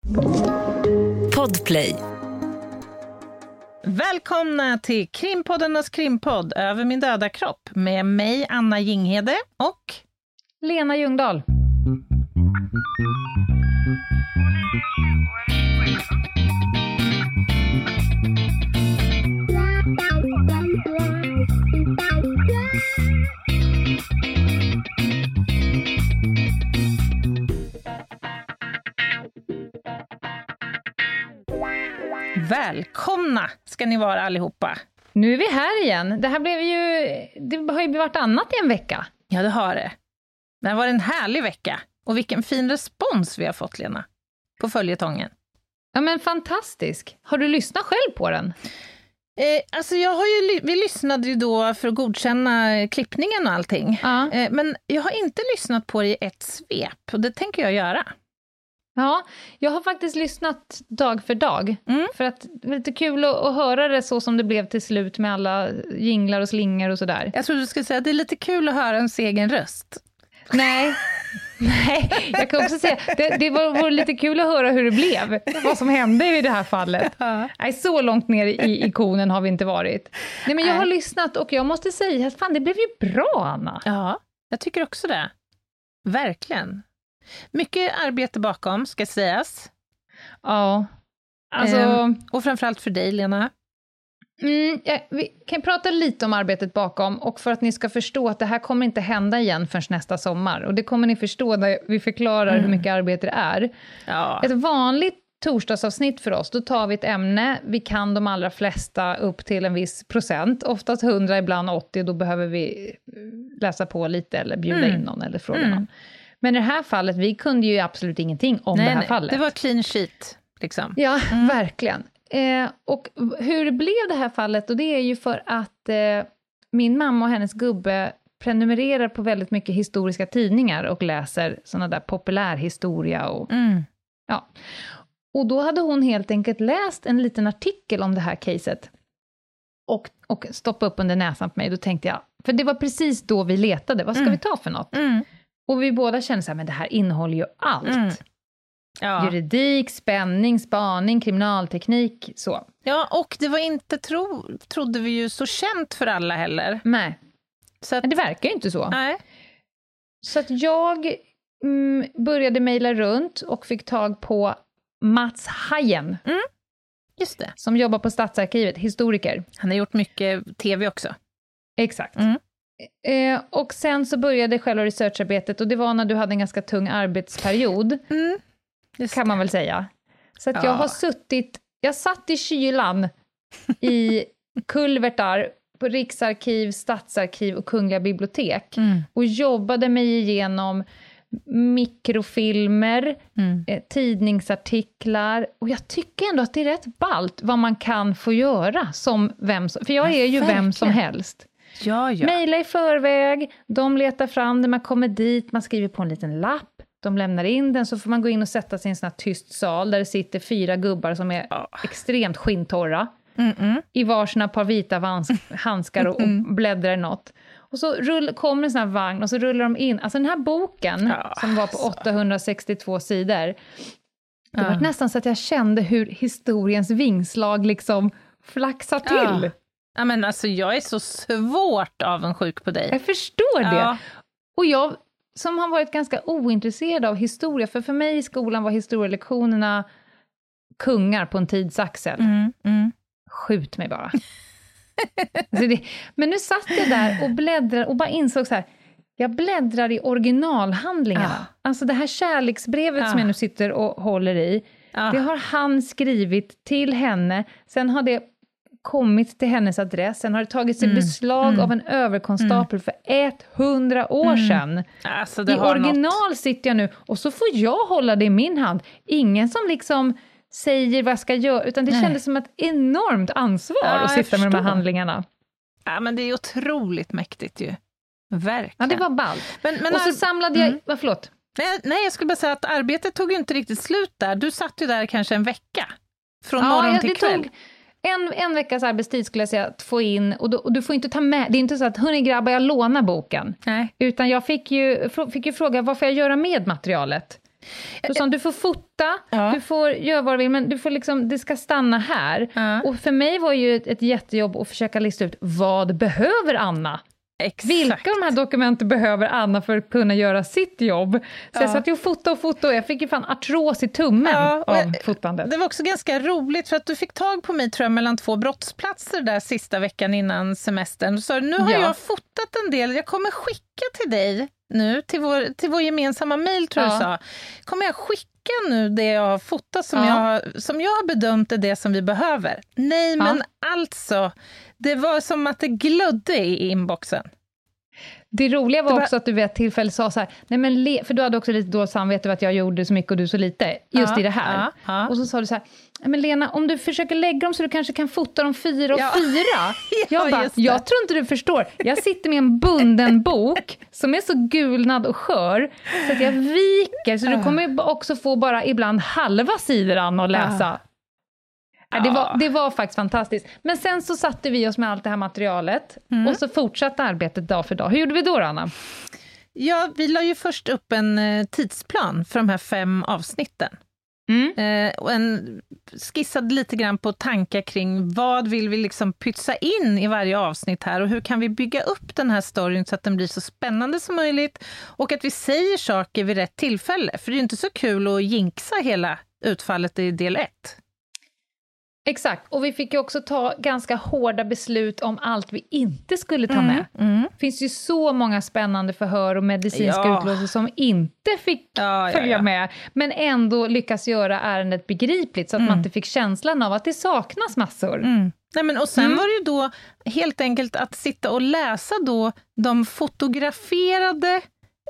Podplay. Välkomna till Krimpoddarnas krimpodd Över min döda kropp med mig Anna Jinghede och Lena Ljungdahl. Välkomna ska ni vara allihopa. Nu är vi här igen. Det har ju varit annat i en vecka. Ja, det har det. Men det var en härlig vecka. Och vilken fin respons vi har fått, Lena, på följetongen. Ja, men fantastisk. Har du lyssnat själv på den? Alltså vi lyssnade ju då för att godkänna klippningen och allting. Ja. Men jag har inte lyssnat på det i ett svep. Och det tänker jag göra. Ja, jag har faktiskt lyssnat dag för dag. För att det är lite kul att höra det så som det blev till slut med alla jinglar och slingar och sådär. Jag tror du skulle säga att det är lite kul att höra ens egen röst. Nej, jag kan också säga det var lite kul att höra hur det blev. Vad som hände i det här fallet. Nej, så långt ner i ikonen har vi inte varit. Nej, men jag har lyssnat och jag måste säga att fan, det blev ju bra, Anna. Ja, jag tycker också det. Verkligen. Mycket arbete bakom, ska sägas. Ja. Alltså, och framförallt för dig, Lena. Vi kan prata lite om arbetet bakom, och för att ni ska förstå att det här kommer inte hända igen förrän nästa sommar. Och det kommer ni förstå när vi förklarar hur mycket arbete det är. Ja. Ett vanligt torsdagsavsnitt för oss, då tar vi ett ämne. Vi kan de allra flesta upp till en viss procent. Oftast 100, ibland 80. Då behöver vi läsa på lite eller bjuda in någon eller fråga någon. Men i det här fallet, vi kunde ju absolut ingenting om det här fallet. Det var clean sheet, liksom. Ja, verkligen. Och hur det blev det här fallet, och det är ju för att min mamma och hennes gubbe prenumererar på väldigt mycket historiska tidningar och läser såna där populärhistoria och ja. Och då hade hon helt enkelt läst en liten artikel om det här caset och stoppat upp under näsan på mig. Då tänkte jag, för det var precis då vi letade, vad ska vi ta för något? Och vi båda kände så här, men det här innehåller ju allt. Ja. Juridik, spänning, spaning, kriminalteknik, så. Ja, och det var inte, trodde vi ju, så känt för alla heller. Nej, så att, men det verkar ju inte så. Nej. Så att jag började mejla runt och fick tag på Mats Hajen. Just det. Som jobbar på Stadsarkivet, historiker. Han har gjort mycket tv också. Exakt. Och sen så började själva researcharbetet, och det var när du hade en ganska tung arbetsperiod. Kan man väl säga. Så att jag satt i kylan i kulvertar på Riksarkiv, Stadsarkiv och Kungliga bibliotek och jobbade mig igenom mikrofilmer, tidningsartiklar, och jag tycker ändå att det är rätt ballt vad man kan få göra som för jag är ju vem som helst. Ja. Mejla i förväg, de letar fram det, man kommer dit, man skriver på en liten lapp, de lämnar in den, så får man gå in och sätta sig i en sån här tyst sal där det sitter 4 gubbar som är extremt skintorra i varsina par vita handskar och bläddrar i något. Och så kommer en sån här vagn och så rullar de in. Alltså den här boken som var på 862 sidor. Det var nästan så att jag kände hur historiens vingslag liksom flaxar till. Ja, men alltså jag är så svårt avundsjuk på dig. Jag förstår det. Och jag som har varit ganska ointresserad av historia, för mig i skolan var historielektionerna kungar på en tidsaxel. Skjut mig bara. Alltså men nu satt jag där och bläddrade och bara insåg så här, jag bläddrar i originalhandlingarna. Alltså det här kärleksbrevet som jag nu sitter och håller i, det har han skrivit till henne. Sen har det kommit till hennes adress. Sen har det tagits i beslag av en överkonstapel för 100 år sedan. Alltså, det i original sitter jag nu och så får jag hålla det i min hand. Ingen som liksom säger vad jag ska göra, utan det kändes som ett enormt ansvar att sitta med de här handlingarna. Ja, men det är otroligt mäktigt ju. Verkligen. Ja, det var ballt. Men och så samlade jag... Förlåt. Nej, jag skulle bara säga att arbetet tog ju inte riktigt slut där. Du satt ju där kanske en vecka. Från morgon till kväll. Tog en veckas arbetstid skulle jag säga att få in. Och du får inte ta med... Det är inte så att, hörni grabbar, jag lånar boken. Nej. Utan jag fick ju fråga, vad får jag göra med materialet? Så sa hon, du får fota, du får göra vad du vill, men du får liksom, det ska stanna här. Och för mig var ju ett jättejobb att försöka lista ut, vad behöver Anna? Exakt. Vilka av de här dokumenten behöver Anna för att kunna göra sitt jobb? Så jag satt ju och fotade. Jag fick ju fan artros i tummen av fotandet. Det var också ganska roligt för att du fick tag på mig, tror jag, mellan 2 brottsplatser där sista veckan innan semestern. Så nu har jag fotat en del. Jag kommer skicka till dig nu, till vår gemensamma mejl, tror jag du sa. Kommer jag skicka nu det jag har fotat som jag har bedömt är det som vi behöver? Nej, men alltså, det var som att det glödde i inboxen. Det roliga var också att du vid ett tillfälle sa så här, nej men för du hade också lite dåligt samvete att jag gjorde så mycket och du så lite, just i det här. Och så sa du så här, nej men Lena, om du försöker lägga dem så du kanske kan fota dem 4 och 4. Jag tror inte du förstår. Jag sitter med en bunden bok som är så gulnad och skör så att jag viker, så du kommer också få bara ibland halva sidan att läsa. Det var faktiskt fantastiskt. Men sen så satte vi oss med allt det här materialet och så fortsatte arbetet dag för dag. Hur gjorde vi då, Anna? Ja, vi la ju först upp en tidsplan för de här 5 avsnitten. Och skissade lite grann på tankar kring vad vill vi liksom pytsa in i varje avsnitt här och hur kan vi bygga upp den här storyn så att den blir så spännande som möjligt och att vi säger saker vid rätt tillfälle. För det är ju inte så kul att jinxa hela utfallet i del 1. Exakt, och vi fick ju också ta ganska hårda beslut om allt vi inte skulle ta med. Det finns ju så många spännande förhör och medicinska utlåtelser som inte fick följa med, men ändå lyckas göra ärendet begripligt så att man inte fick känslan av att det saknas massor. Nej, men och sen var det ju då helt enkelt att sitta och läsa då de fotograferade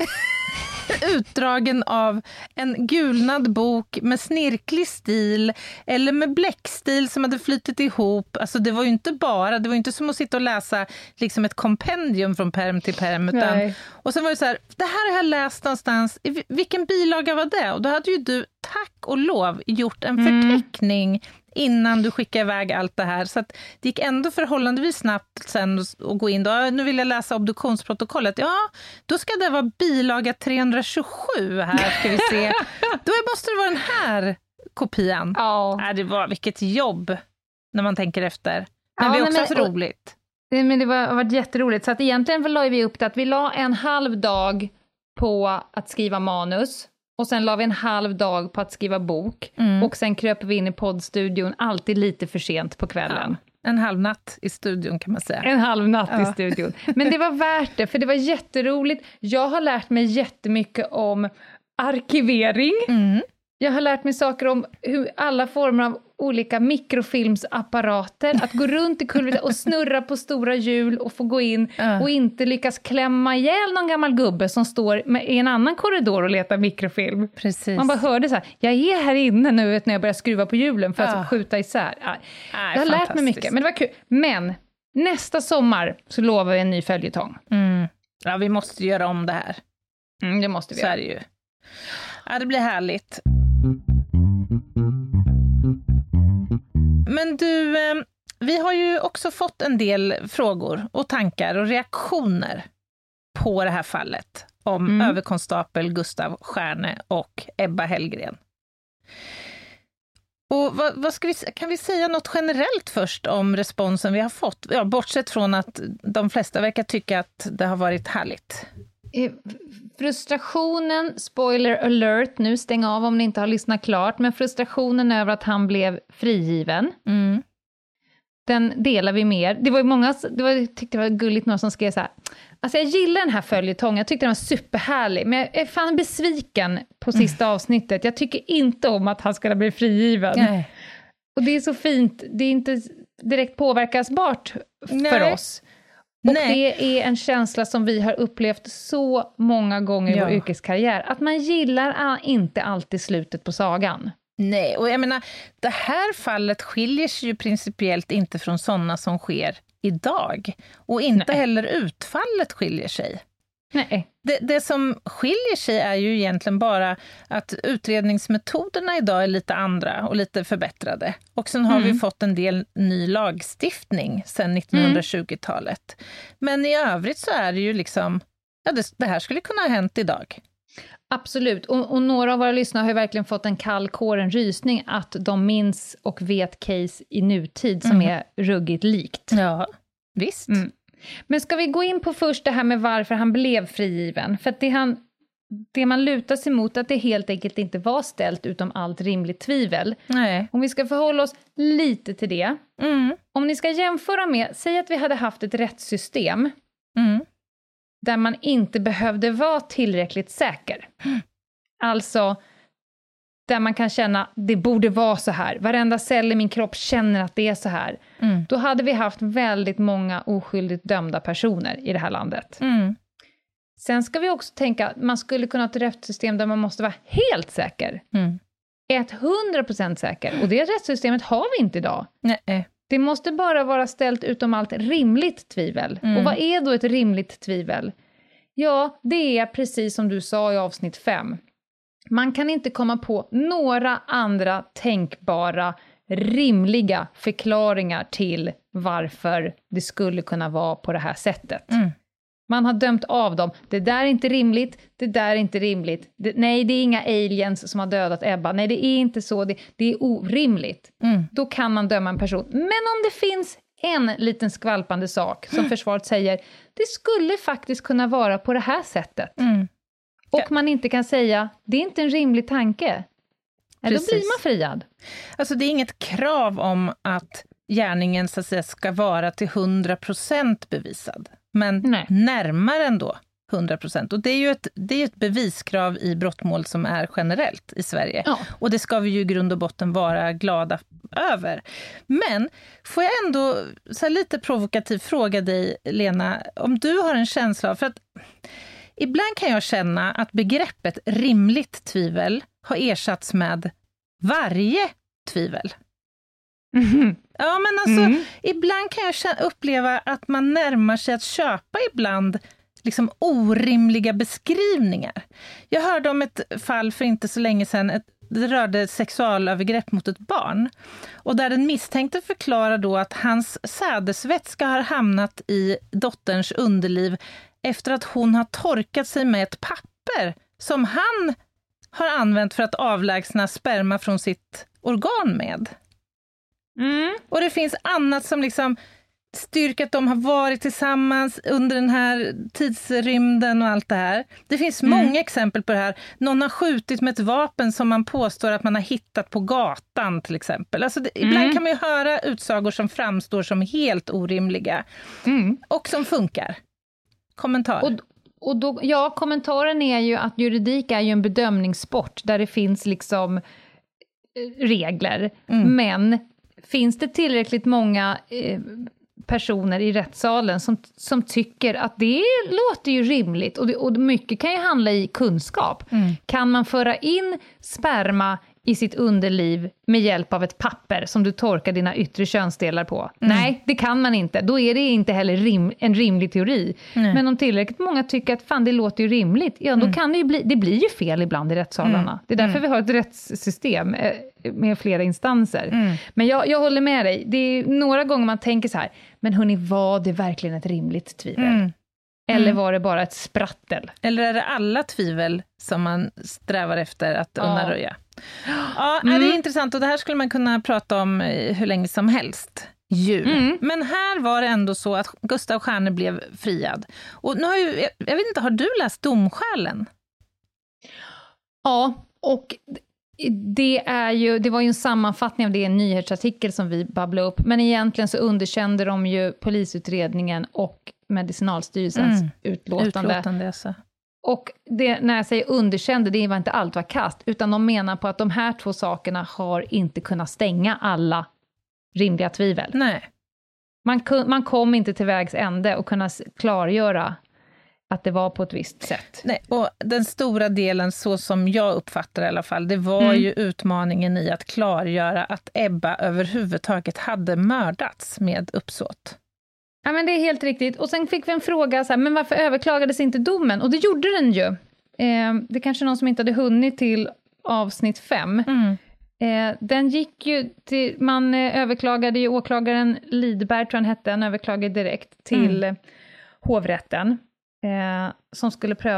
utdragen av en gulnad bok med snirklig stil eller med bläckstil som hade flyttit ihop. Alltså det var ju inte som att sitta och läsa liksom ett kompendium från perm till perm. Utan, och sen var det så här, det här har jag läst någonstans, vilken bilaga var det? Och då hade ju du, tack och lov, gjort en förteckning innan du skickade iväg allt det här. Så att det gick ändå förhållandevis snabbt sen att gå in. Då, nu vill jag läsa obduktionsprotokollet. Ja, då ska det vara bilaga 327 här, ska vi se. Då måste det vara den här kopian. Det var vilket jobb när man tänker efter. Men det är också så roligt. Men det har varit jätteroligt. Så att egentligen la vi upp det att vi la en halv dag på att skriva manus. Och sen la vi en halv dag på att skriva bok. Och sen kröp vi in i poddstudion alltid lite för sent på kvällen. En halv natt i studion kan man säga. En halv natt i studion. Men det var värt det, för det var jätteroligt. Jag har lärt mig jättemycket om arkivering. Jag har lärt mig saker om hur alla former av olika mikrofilmsapparater, att gå runt i kulverten och snurra på stora hjul och få gå in och inte lyckas klämma ihjäl någon gammal gubbe som står i en annan korridor och letar mikrofilm. Precis. Man bara hörde så här, jag är här inne nu när jag börjar skruva på hjulen för att skjuta isär. Jag har lärt mig mycket, men det var kul. Men nästa sommar så lovar vi en ny följetong. Ja, vi måste göra om det här. Det måste vi göra. Så är det ju. Ja, det blir härligt. Men du, vi har ju också fått en del frågor och tankar och reaktioner på det här fallet om överkonstapel Gustav Stjärne och Ebba Hellgren. Och vad ska kan vi säga något generellt först om responsen vi har fått? Ja, bortsett från att de flesta verkar tycka att det har varit härligt. Frustrationen, spoiler alert, nu stäng av om ni inte har lyssnat klart, men frustrationen över att han blev frigiven, den delar vi med. Det var ju många, jag tyckte det var gulligt några som skrev så här, alltså jag gillar den här följetongen, jag tyckte den var superhärlig, men jag är fan besviken på sista avsnittet. Jag tycker inte om att han ska bli frigiven. Nej. Och det är så fint, det är inte direkt påverkasbart för oss. Och det är en känsla som vi har upplevt så många gånger i vår yrkeskarriär. Att man gillar inte alltid slutet på sagan. Nej, och jag menar, det här fallet skiljer sig ju principiellt inte från sådana som sker idag. Och inte heller utfallet skiljer sig. Nej. Det som skiljer sig är ju egentligen bara att utredningsmetoderna idag är lite andra och lite förbättrade. Och sen har vi fått en del ny lagstiftning sedan 1920-talet. Men i övrigt så är det ju liksom, det här skulle kunna ha hänt idag. Absolut, och några av våra lyssnare har ju verkligen fått en kall kår, en rysning, att de minns och vet case i nutid som är ruggigt likt. Ja, visst. Men ska vi gå in på först det här med varför han blev frigiven? För att det man lutar sig mot, att det helt enkelt inte var ställt utom allt rimligt tvivel. Nej. Om vi ska förhålla oss lite till det. Om ni ska jämföra med, säg att vi hade haft ett rättssystem där man inte behövde vara tillräckligt säker. Alltså, där man kan känna, det borde vara så här. Varenda cell i min kropp känner att det är så här. Då hade vi haft väldigt många oskyldigt dömda personer i det här landet. Sen ska vi också tänka att man skulle kunna ha ett rättssystem där man måste vara helt säker. 100% säker. Och det rättssystemet har vi inte idag. Nej. Det måste bara vara ställt utom allt rimligt tvivel. Och vad är då ett rimligt tvivel? Ja, det är precis som du sa i avsnitt 5. Man kan inte komma på några andra tänkbara, rimliga förklaringar till varför det skulle kunna vara på det här sättet. Man har dömt av dem. Det där är inte rimligt, det där är inte rimligt. Nej, det är inga aliens som har dödat Ebba. Nej, det är inte så. Det är orimligt. Då kan man döma en person. Men om det finns en liten skvalpande sak som försvaret säger, det skulle faktiskt kunna vara på det här sättet. Och man inte kan säga, det är inte en rimlig tanke. Då blir man friad. Alltså det är inget krav om att gärningen så att säga, ska vara till 100% bevisad. Men närmare ändå 100%. Och det är ju ett beviskrav i brottmål som är generellt i Sverige. Ja. Och det ska vi ju i grund och botten vara glada över. Men får jag ändå så här, lite provokativt fråga dig, Lena, om du har en känsla av, för att ibland kan jag känna att begreppet rimligt tvivel har ersatts med varje tvivel. Ja, men alltså, ibland kan jag uppleva att man närmar sig att köpa ibland liksom orimliga beskrivningar. Jag hörde om ett fall för inte så länge sedan, det rörde sexualövergrepp mot ett barn. Och där den misstänkte förklarar då att hans sädesvätska har hamnat i dotterns underliv efter att hon har torkat sig med ett papper som han har använt för att avlägsna sperma från sitt organ med. Och det finns annat som liksom styrker att de har varit tillsammans under den här tidsrymden och allt det här. Det finns många exempel på det här. Någon har skjutit med ett vapen som man påstår att man har hittat på gatan till exempel. Alltså ibland kan man ju höra utsagor som framstår som helt orimliga och som funkar. Kommentar. Och då, ja, kommentaren är ju att juridik är ju en bedömningssport där det finns liksom regler. Men finns det tillräckligt många personer i rättssalen som tycker att det låter ju rimligt, och mycket kan ju handla i kunskap. Kan man föra in sperma i sitt underliv med hjälp av ett papper som du torkar dina yttre könsdelar på? Nej, det kan man inte. Då är det inte heller en rimlig teori. Men om tillräckligt många tycker att fan, det låter ju rimligt, ja, då kan det ju det blir ju fel ibland i rättssalarna. Det är därför vi har ett rättssystem med flera instanser. Men jag håller med dig. Det är några gånger man tänker så här, men hörni, var det verkligen ett rimligt tvivel? Eller var det bara ett sprattel? Eller är det alla tvivel som man strävar efter att undanröja? Ja, det är intressant, och det här skulle man kunna prata om hur länge som helst. Men här var det ändå så att Gustav Stjärne blev friad. Och nu har jag vet inte, har du läst Domskälen? Ja, och det var ju en sammanfattning av det, en nyhetsartikel som vi babblade upp. Men egentligen så underkände de ju polisutredningen och Medicinalstyrelsens utlåtande. Alltså. Och när jag säger underkände, det var inte allt var kast, utan de menar på att de här två sakerna har inte kunnat stänga alla rimliga tvivel. Nej. Man kom inte till vägs ände och kunna klargöra att det var på ett visst sätt. Nej, och den stora delen, så som jag uppfattar i alla fall, det var ju utmaningen i att klargöra att Ebba överhuvudtaget hade mördats med uppsåt. Ja, men det är helt riktigt. Och sen fick vi en fråga, så här, men varför överklagades inte domen? Och det gjorde den ju. Det är kanske någon som inte hade hunnit till avsnitt 5. Den gick ju till, man överklagade ju, åklagaren Lidberg tror han hette, han överklagade direkt till hovrätten som skulle pröva det.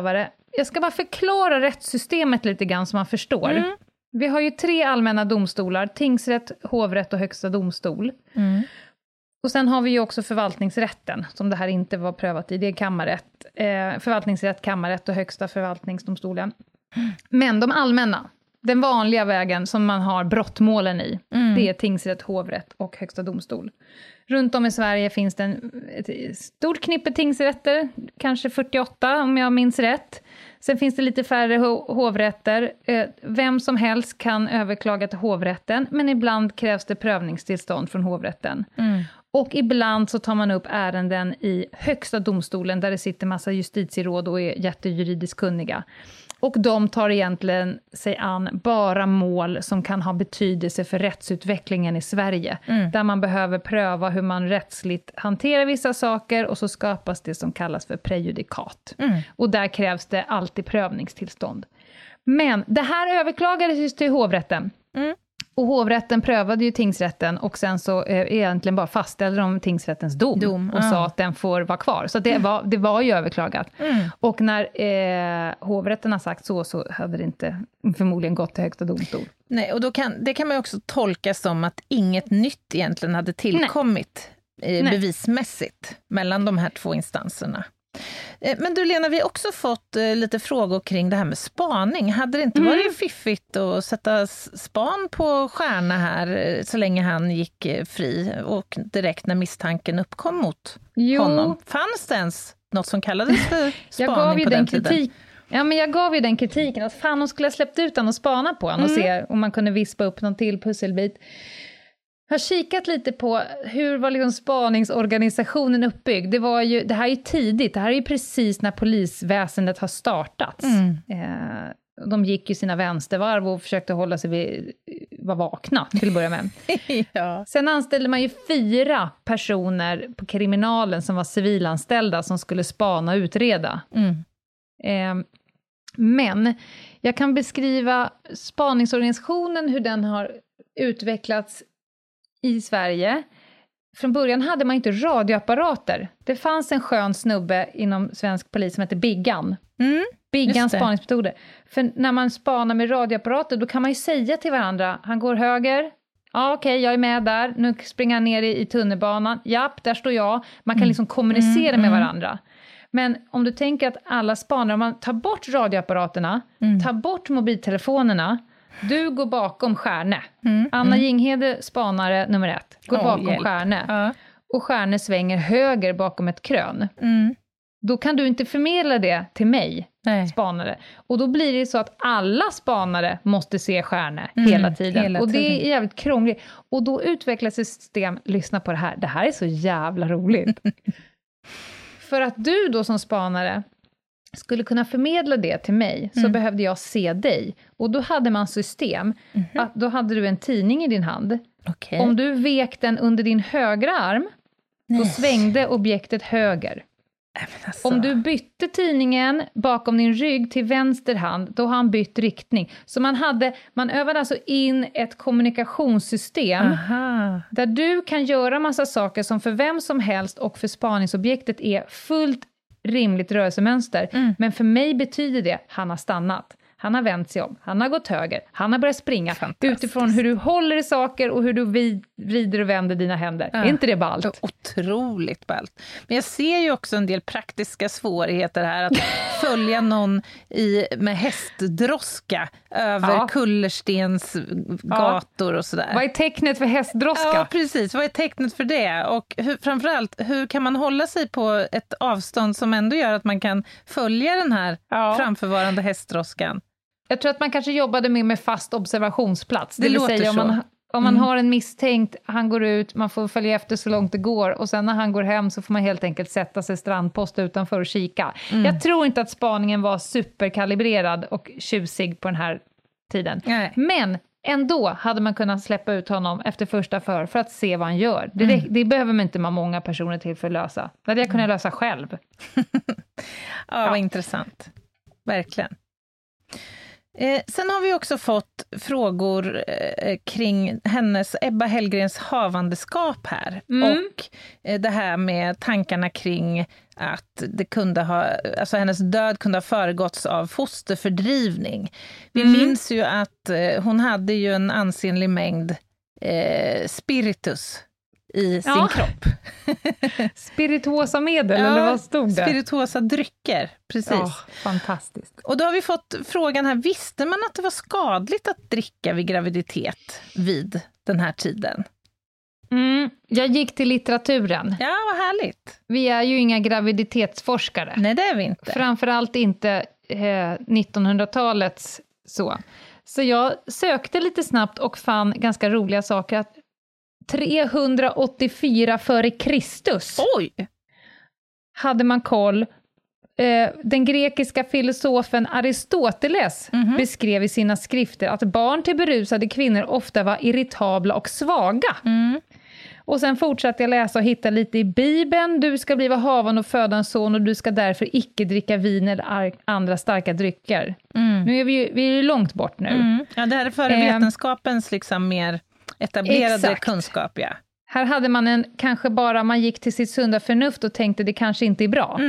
jag ska bara förklara rättssystemet lite grann så man förstår. Mm. Vi har ju 3 allmänna domstolar, tingsrätt, hovrätt och högsta domstol. Mm. Och sen har vi ju också förvaltningsrätten, som det här inte var prövat i, det är kammarrätt. Förvaltningsrätt, kammarrätt och högsta förvaltningsdomstolen. Mm. Men de allmänna, den vanliga vägen som man har brottmålen i, det är tingsrätt, hovrätt och högsta domstol. Runt om i Sverige finns det ett stort knippe tingsrätter, kanske 48 om jag minns rätt. Sen finns det lite färre hovrätter. Vem som helst kan överklaga till hovrätten, men ibland krävs det prövningstillstånd från hovrätten. Mm. Och ibland så tar man upp ärenden i högsta domstolen där det sitter massa justitieråd och är jättejuridiskt kunniga. Och de tar egentligen sig an bara mål som kan ha betydelse för rättsutvecklingen i Sverige. Mm. Där man behöver pröva hur man rättsligt hanterar vissa saker och så skapas det som kallas för prejudikat. Mm. Och där krävs det alltid prövningstillstånd. Men det här överklagades just till hovrätten. Mm. Och hovrätten prövade ju tingsrätten och sen så egentligen bara fastställde de tingsrättens dom och sa att den får vara kvar. Så det var ju överklagat. Mm. Och när hovrätten har sagt så hade det inte förmodligen gått till högsta domstol. Nej, och det kan man ju också tolka som att inget nytt egentligen hade tillkommit bevismässigt mellan de här 2 instanserna. Men du Lena, vi har också fått lite frågor kring det här med spaning. Hade det inte varit fiffigt att sätta span på Stjärna här så länge han gick fri och direkt när misstanken uppkom mot honom? Fanns det ens något som kallades för spaning på den tiden? Ja, men jag gav ju den kritiken att fan, de skulle ha släppt ut han och spana på han och se om man kunde vispa upp någon till pusselbit. Jag har kikat lite på hur var liksom spaningsorganisationen uppbyggd. Det här är ju tidigt, det här är ju precis när polisväsendet har startats. De gick ju sina vänstervarv och försökte hålla sig var vakna till att börja med. Ja. Sen anställde man ju 4 personer på kriminalen som var civilanställda som skulle spana och utreda. Men jag kan beskriva spaningsorganisationen, hur den har utvecklats i Sverige. Från början hade man inte radioapparater. Det fanns en skön snubbe inom svensk polis som heter Biggan. Biggans spaningsmetoder. För när man spanar med radioapparater, då kan man ju säga till varandra, han går höger. Ja, okej, jag är med där. Nu springer han ner i tunnelbanan. Japp, där står jag. Man kan liksom kommunicera med varandra. Men om du tänker att alla spanar, om man tar bort radioapparaterna, tar bort mobiltelefonerna, du går bakom Stjärne. Anna Jinghede, spanare nummer 1, går bakom Stjärne. Och Stjärne svänger höger bakom ett krön. Då kan du inte förmedla det till mig, spanare. Och då blir det så att alla spanare måste se Stjärne hela tiden. Och det är jävligt krångligt. Och då utvecklas ett system, lyssna på det här. Det här är så jävla roligt. För att du då som spanare skulle kunna förmedla det till mig, så behövde jag se dig. Och då hade man system, att då hade du en tidning i din hand. Okay. Om du vek den under din högra arm, då svängde objektet höger. Alltså. Om du bytte tidningen bakom din rygg till vänster hand, då har han bytt riktning. Så man övade alltså in ett kommunikationssystem där du kan göra massa saker som för vem som helst och för spaningsobjektet är fullt rimligt rörelsemönster. Men för mig betyder det, han har stannat. Han har vänt sig om, han har gått höger, han har börjat springa. Utifrån hur du håller i saker och hur du vrider och vänder dina händer. Är inte det ballt? Otroligt ballt. Men jag ser ju också en del praktiska svårigheter här. Att följa någon med hästdroska över kullerstens gator och sådär. Vad är tecknet för hästdroska? Ja, precis. Vad är tecknet för det? Och framförallt, hur kan man hålla sig på ett avstånd som ändå gör att man kan följa den här framförvarande hästdroskan? Jag tror att man kanske jobbade med fast observationsplats. Det vill säga om man har en misstänkt, han går ut, man får följa efter så långt det går. Och sen när han går hem så får man helt enkelt sätta sig strandpost utanför och kika. Jag tror inte att spaningen var superkalibrerad och tjusig på den här tiden. Nej. Men ändå hade man kunnat släppa ut honom efter första för att se vad han gör. Det behöver man inte många personer till för att lösa. Det hade jag kunnat lösa själv. Vad intressant. Verkligen. Sen har vi också fått frågor kring Ebba Hellgrens havandeskap här. Och det här med tankarna kring att det kunde alltså hennes död kunde ha föregåtts av fosterfördrivning. Vi minns ju att hon hade ju en ansenlig mängd spiritus i sin kropp. Spirituosa medel, eller vad stod det? Spirituosa drycker, precis. Fantastiskt. Och då har vi fått frågan här, visste man att det var skadligt att dricka vid graviditet vid den här tiden? Jag gick till litteraturen. Ja, vad härligt. Vi är ju inga graviditetsforskare. Nej, det är vi inte. Framförallt inte 1900-talets så. Så jag sökte lite snabbt och fann ganska roliga saker. Att 384 före Kristus. Oj! Hade man koll. Den grekiska filosofen Aristoteles beskrev i sina skrifter att barn till berusade kvinnor ofta var irritabla och svaga. Och sen fortsatte jag läsa och hitta lite i Bibeln. Du ska bliva havande och föda en son och du ska därför icke dricka vin eller andra starka drycker. Nu är vi är ju långt bort nu. Ja, det här är före vetenskapens liksom mer etablerade kunskap, ja. Här hade man kanske bara man gick till sitt sunda förnuft och tänkte det kanske inte är bra.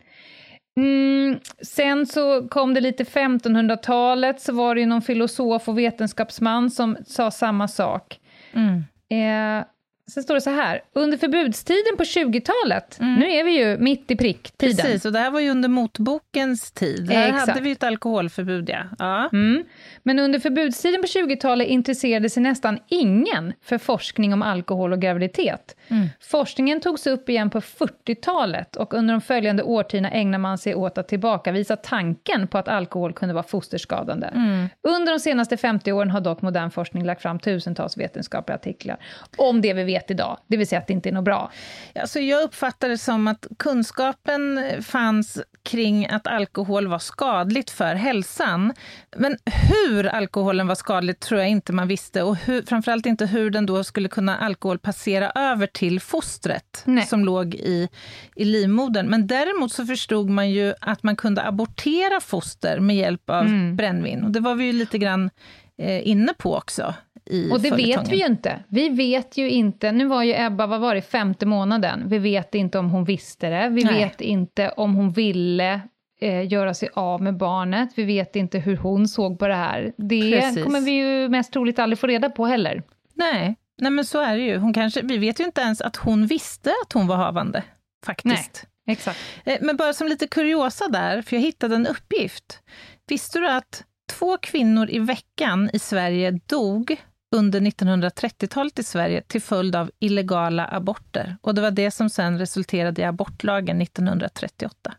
Sen så kom det lite 1500-talet, så var det ju någon filosof och vetenskapsman som sa samma sak. Sen står det så här, under förbudstiden på 20-talet, nu är vi ju mitt i pricktiden. Precis, och det här var ju under motbokens tid. Här hade vi ett alkoholförbud, ja. Men under förbudstiden på 20-talet intresserade sig nästan ingen för forskning om alkohol och graviditet. Forskningen togs upp igen på 40-talet och under de följande årtiderna ägnar man sig åt att tillbakavisa tanken på att alkohol kunde vara fosterskadande. Under de senaste 50 åren har dock modern forskning lagt fram tusentals vetenskapliga artiklar om det vi vet idag, det vill säga att det inte är något bra. Alltså jag uppfattar det som att kunskapen fanns kring att alkohol var skadligt för hälsan. Men hur alkoholen var skadligt tror jag inte man visste, och framförallt inte hur den då skulle kunna alkohol passera över till fostret som låg i livmodern. Men däremot så förstod man ju att man kunde abortera foster med hjälp av brännvin. Och det var vi ju lite grann inne på också. Och det vet vi ju inte. Vi vet ju inte, nu var ju Ebba, vad var det, 5:e månaden. Vi vet inte om hon visste det. Vi vet inte om hon ville göra sig av med barnet. Vi vet inte hur hon såg på det här. Det kommer vi ju mest troligt aldrig få reda på heller. Nej men så är det ju. Vi vet ju inte ens att hon visste att hon var havande, faktiskt. Nej, exakt. Men bara som lite kuriosa där, för jag hittade en uppgift. Visste du att 2 kvinnor i veckan i Sverige dog under 1930-talet i Sverige till följd av illegala aborter? Och det var det som sen resulterade i abortlagen 1938.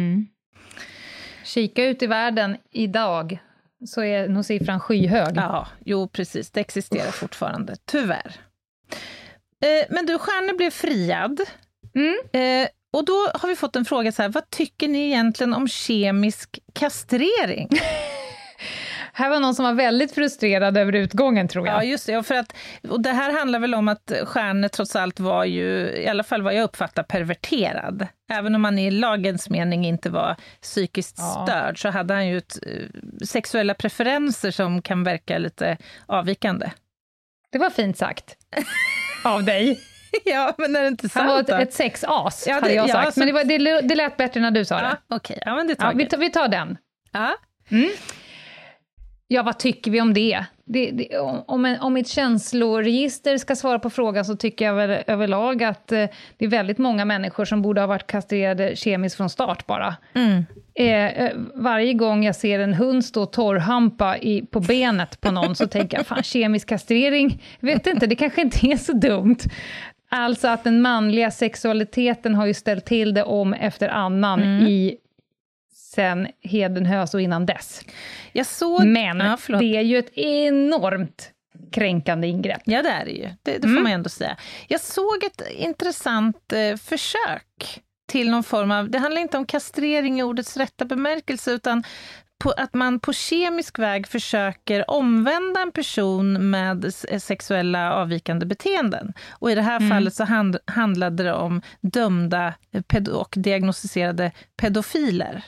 Kika ut i världen idag så är nog siffran skyhög. Ja, jo precis. Det existerar fortfarande, tyvärr. Men du, Stjärne blev friad. Och då har vi fått en fråga så här, vad tycker ni egentligen om kemisk kastrering? Här var någon som var väldigt frustrerad över utgången, tror jag. Ja, just det. Och det här handlar väl om att Stjärne trots allt var ju, i alla fall vad jag uppfattar, perverterad. Även om man i lagens mening inte var psykiskt störd, så hade han ju sexuella preferenser som kan verka lite avvikande. Det var fint sagt av dig. Ja, men är det inte sant? Han var ett sexas, hade jag sagt. Men det lät bättre när du sa det. Okej. Ja, men det tar vi tar den. Ja. Ja, vad tycker vi om det? Om ett känsloregister ska svara på frågan, så tycker jag väl överlag att det är väldigt många människor som borde ha varit kastrerade kemiskt från start bara. Varje gång jag ser en hund stå torrhampa på benet på någon, så tänker jag, fan, kemisk kastrering, vet inte, det kanske inte är så dumt. Alltså att den manliga sexualiteten har ju ställt till det om efter annan i sen Hedenhös och innan dess. Men det är ju ett enormt kränkande ingrepp. Ja, det är det ju. Det får man ändå säga. Jag såg ett intressant försök till någon form av, det handlar inte om kastrering i ordets rätta bemärkelse, utan att man på kemisk väg försöker omvända en person med sexuella avvikande beteenden. Och i det här fallet så handlade det om dömda och diagnostiserade pedofiler.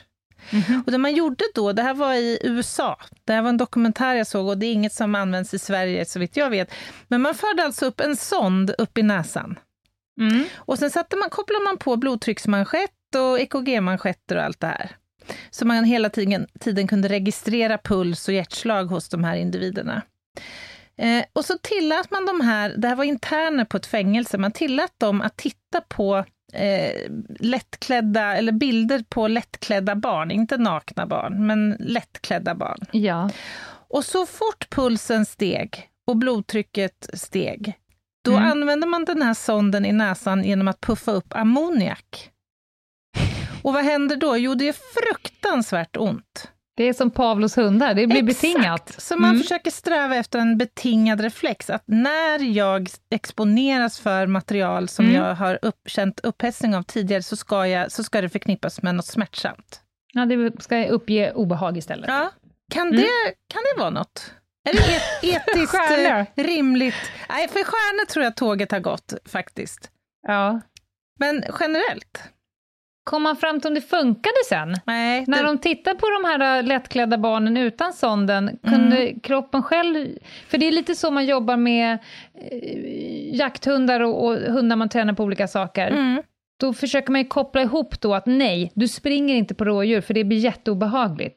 Och det man gjorde då, det här var i USA. Det här var en dokumentär jag såg och det är inget som används i Sverige så vitt jag vet. Men man förde alltså upp en sond upp i näsan. Och sen kopplade man på blodtrycksmanschett och EKG-manschetter och allt det här. Så man hela tiden kunde registrera puls och hjärtslag hos de här individerna. Och så tillät man det här var interner på ett fängelse, man tillät dem att titta på lättklädda, eller bilder på lättklädda barn, inte nakna barn, men lättklädda barn. Ja. Och så fort pulsen steg och blodtrycket steg, då använde man den här sonden i näsan genom att puffa upp ammoniak. Och vad händer då? Jo, det är fruktansvärt ont. Det är som Pavlos hundar, det blir betingat. Så man försöker sträva efter en betingad reflex. Att när jag exponeras för material som jag har känt upphetsning av tidigare så ska det förknippas med något smärtsamt. Ja, det ska uppge obehag istället. Ja, kan det vara något? Är det etiskt rimligt? Nej, för stjärnor tror jag tåget har gått faktiskt. Ja. Men generellt? Kom man fram till om det funkade sen? Nej. När de tittar på de här lättklädda barnen utan sonden, kunde kroppen själv... För det är lite så man jobbar med jakthundar och hundar man tränar på olika saker. Då försöker man ju koppla ihop då att nej, du springer inte på rådjur för det blir jätteobehagligt.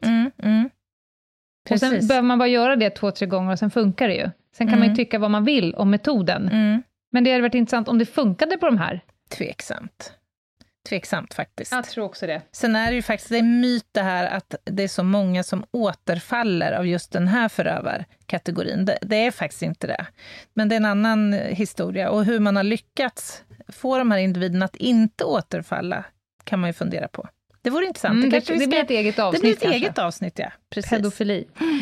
Och sen behöver man bara göra det 2-3 gånger och sen funkar det ju. Sen kan man ju tycka vad man vill om metoden. Men det hade varit intressant om det funkade på de här. Tveksamt faktiskt. Jag tror också det. Sen är det ju faktiskt en myt det här att det är så många som återfaller av just den här förövarkategorin. Det är faktiskt inte det. Men det är en annan historia. Och hur man har lyckats få de här individerna att inte återfalla kan man ju fundera på. Det vore intressant. Det blir ett eget avsnitt. Det blir ett eget avsnitt, ja. Precis. Pedofili.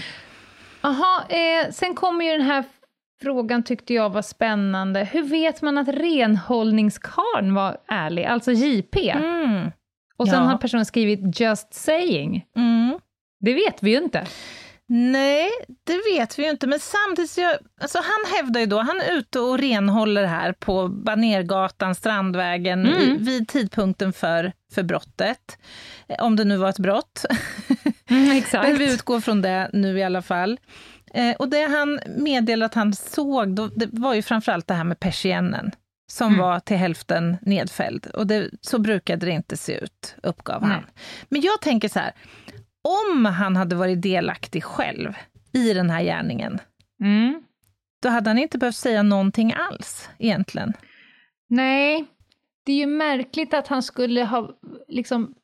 Sen kommer ju den här frågan tyckte jag var spännande. Hur vet man att renhållningskarn var ärlig? Alltså JP. Och sen har personen skrivit just saying. Det vet vi ju inte. Nej, det vet vi ju inte. Men samtidigt, han hävdar ju då, han är ute och renhåller här på Banergatan, Strandvägen vid tidpunkten för brottet. Om det nu var ett brott. Exakt. Men vi utgår från det nu i alla fall. Och det han meddelade att han såg, det var ju framförallt det här med persiennen som var till hälften nedfälld. Och så brukade det inte se ut, uppgav han. Men jag tänker så här, om han hade varit delaktig själv i den här gärningen, då hade han inte behövt säga någonting alls egentligen. Nej, det är ju märkligt att han skulle ha liksom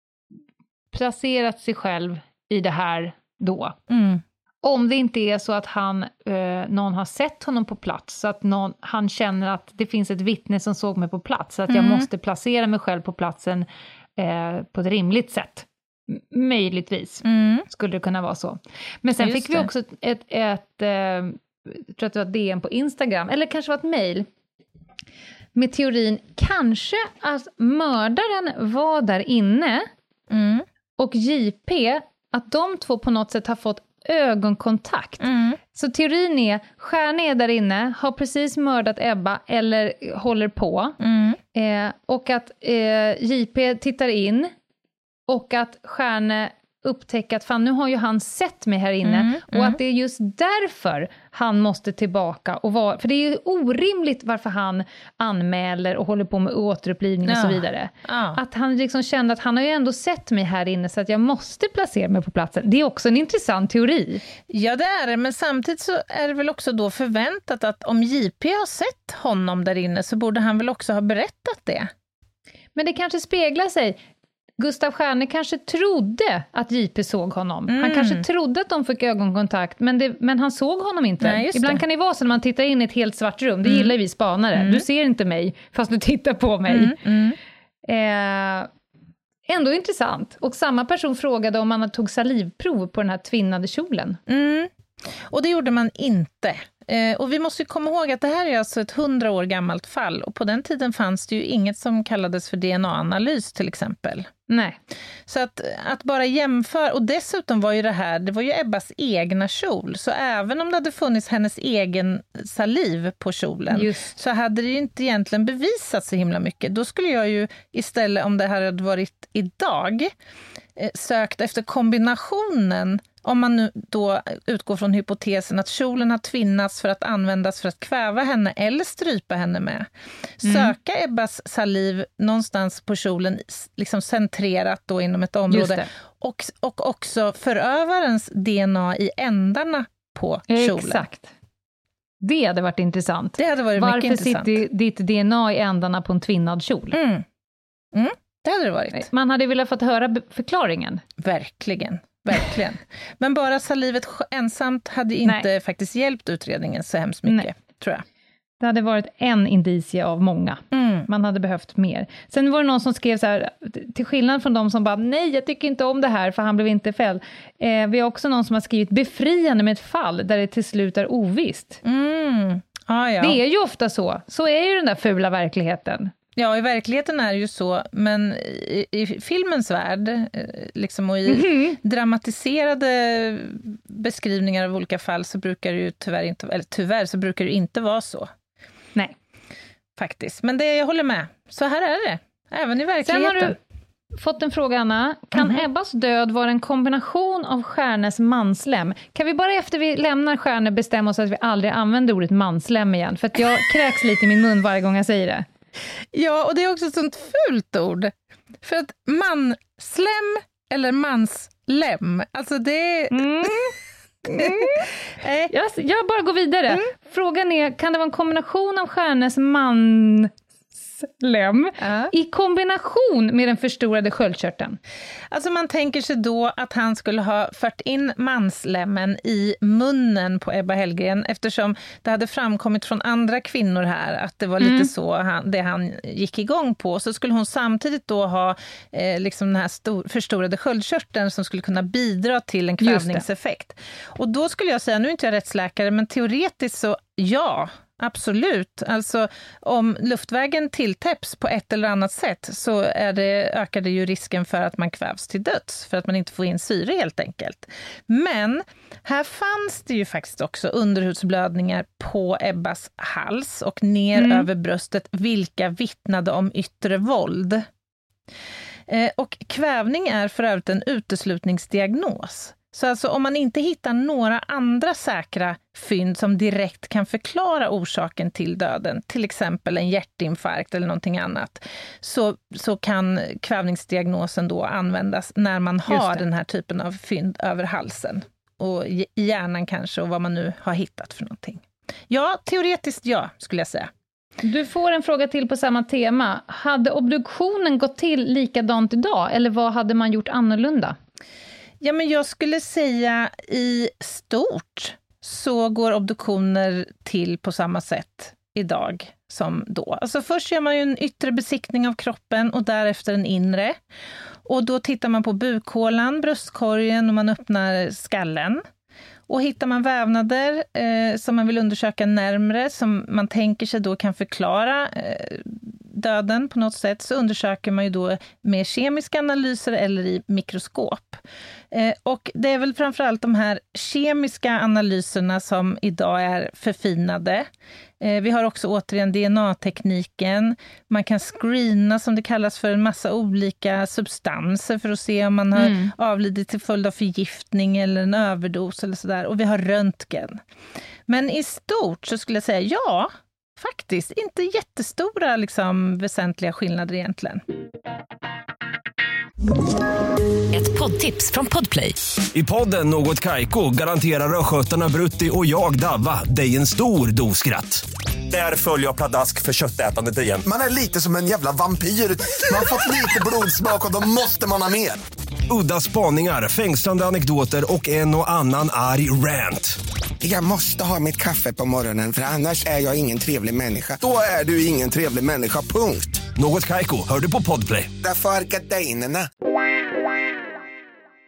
placerat sig själv i det här då. Om det inte är så att någon har sett honom på plats, så att han känner att det finns ett vittne som såg mig på plats, så att jag måste placera mig själv på platsen på ett rimligt sätt. Möjligtvis skulle det kunna vara så. Men sen fick vi också jag tror att det var DM på Instagram, eller kanske var ett mejl med teorin kanske att mördaren var där inne och JP, att de två på något sätt har fått ögonkontakt. Så teorin är, Stjärne är där inne, har precis mördat Ebba eller håller på. Och att JP tittar in och att Stjärne upptäcker att fan, nu har ju han sett mig här inne och att det är just därför han måste tillbaka och för det är ju orimligt varför han anmäler och håller på med återupplivning och så vidare. Att han liksom kände att han har ju ändå sett mig här inne så att jag måste placera mig på platsen. Det är också en intressant teori. Ja, det är det, men samtidigt så är det väl också då förväntat att om JP har sett honom där inne så borde han väl också ha berättat det. Men det kanske speglar sig. Gustav Stjärne kanske trodde att JP såg honom. Han kanske trodde att de fick ögonkontakt, men han såg honom inte. Nej, ibland kan det vara så när man tittar in i ett helt svart rum. Det gillar vi spanare. Du ser inte mig fast du tittar på mig. Ändå intressant. Och samma person frågade om man tog salivprov på den här tvinnade kjolen. Och det gjorde man inte. Och vi måste ju komma ihåg att det här är alltså ett 100 år gammalt fall. Och på den tiden fanns det ju inget som kallades för DNA-analys till exempel. Nej. Så att bara jämföra, och dessutom var ju det var ju Ebbas egna kjol. Så även om det hade funnits hennes egen saliv på kjolen så hade det ju inte egentligen bevisat så himla mycket. Då skulle jag ju istället, om det här hade varit idag, sökt efter kombinationen. Om man nu då utgår från hypotesen att kjolen har tvinnats för att användas för att kväva henne eller strypa henne med. Söka Ebbas saliv någonstans på kjolen, liksom centrerat då inom ett område. Och också förövarens DNA i ändarna på kjolen. Exakt. Det hade varit intressant. Det hade varit mycket intressant. Varför sitter ditt DNA i ändarna på en tvinnad kjol? Det hade det varit. Man hade velat fått höra förklaringen. Verkligen. Men bara salivet ensamt hade inte faktiskt hjälpt utredningen så hemskt mycket, tror jag. Det hade varit en indicie av många. Man hade behövt mer. Sen var det någon som skrev så här, till skillnad från de som bara, nej jag tycker inte om det här för han blev inte fälld. Vi har också någon som har skrivit befriande med ett fall där det till slut är ovisst. Ja. Det är ju ofta så. Så är ju den där fula verkligheten. Ja, i verkligheten är det ju så, men i filmens värld liksom, och i dramatiserade beskrivningar av olika fall så brukar det ju tyvärr så brukar det inte vara så. Nej. Faktiskt. Men jag håller med. Så här är det. Även i verkligheten. Sen har du fått en fråga, Anna. Kan Ebbas död vara en kombination av Stjärnes manslem? Kan vi bara efter vi lämnar Stjärne bestämma oss att vi aldrig använder ordet manslem igen? För att jag kräks lite i min mun varje gång jag säger det. Ja, och det är också ett sånt fult ord. För att manslem eller manslem, alltså det... Jag bara går vidare. Frågan är, kan det vara en kombination av Stjärnes manslem i kombination med den förstorade sköldkörteln? Alltså man tänker sig då att han skulle ha fört in manslemmen i munnen på Ebba Hellgren, eftersom det hade framkommit från andra kvinnor här att det var lite så det han gick igång på. Så skulle hon samtidigt då ha liksom den här förstorade sköldkörteln som skulle kunna bidra till en kvävningseffekt. Och då skulle jag säga, nu är inte jag rättsläkare, men teoretiskt så ja, absolut. Alltså om luftvägen tilltäpps på ett eller annat sätt så ökar det ju risken för att man kvävs till döds, för att man inte får in syre helt enkelt. Men här fanns det ju faktiskt också underhudsblödningar på Ebbas hals och ner över bröstet, vilka vittnade om yttre våld. Och kvävning är för övrigt en uteslutningsdiagnos. Så alltså om man inte hittar några andra säkra fynd som direkt kan förklara orsaken till döden, till exempel en hjärtinfarkt eller någonting annat, så kan kvävningsdiagnosen då användas när man har den här typen av fynd över halsen. Och i hjärnan kanske, och vad man nu har hittat för någonting. Ja, teoretiskt ja, skulle jag säga. Du får en fråga till på samma tema. Hade obduktionen gått till likadant idag, eller vad hade man gjort annorlunda? Ja, men jag skulle säga i stort så går obduktioner till på samma sätt idag som då. Alltså först gör man ju en yttre besiktning av kroppen och därefter en inre. Och då tittar man på bukhålan, bröstkorgen och man öppnar skallen. Och hittar man vävnader som man vill undersöka närmare, som man tänker sig då kan förklara döden på något sätt, så undersöker man ju då med kemiska analyser eller i mikroskop. Och det är väl framförallt de här kemiska analyserna som idag är förfinade. Vi har också återigen DNA-tekniken. Man kan screena, som det kallas, för en massa olika substanser för att se om man har avlidit till följd av förgiftning eller en överdos eller sådär. Och vi har röntgen. Men i stort så skulle jag säga ja, faktiskt inte jättestora liksom, väsentliga skillnader egentligen. Ett poddtips från Podplay. I podden Något Kaiko garanterar röskötarna Brutti och jag Davva dig en stor doskratt. Där följer jag pladask för köttätandet igen. Man är lite som en jävla vampyr. Man har fått lite blodsmak och då måste man ha mer. Udda spaningar, fängslande anekdoter och en och annan arg rant. Jag måste ha mitt kaffe på morgonen för annars är jag ingen trevlig människa. Då är du ingen trevlig människa, punkt. Något Kaiko, hör du på Podplay. Därför är gardinerna.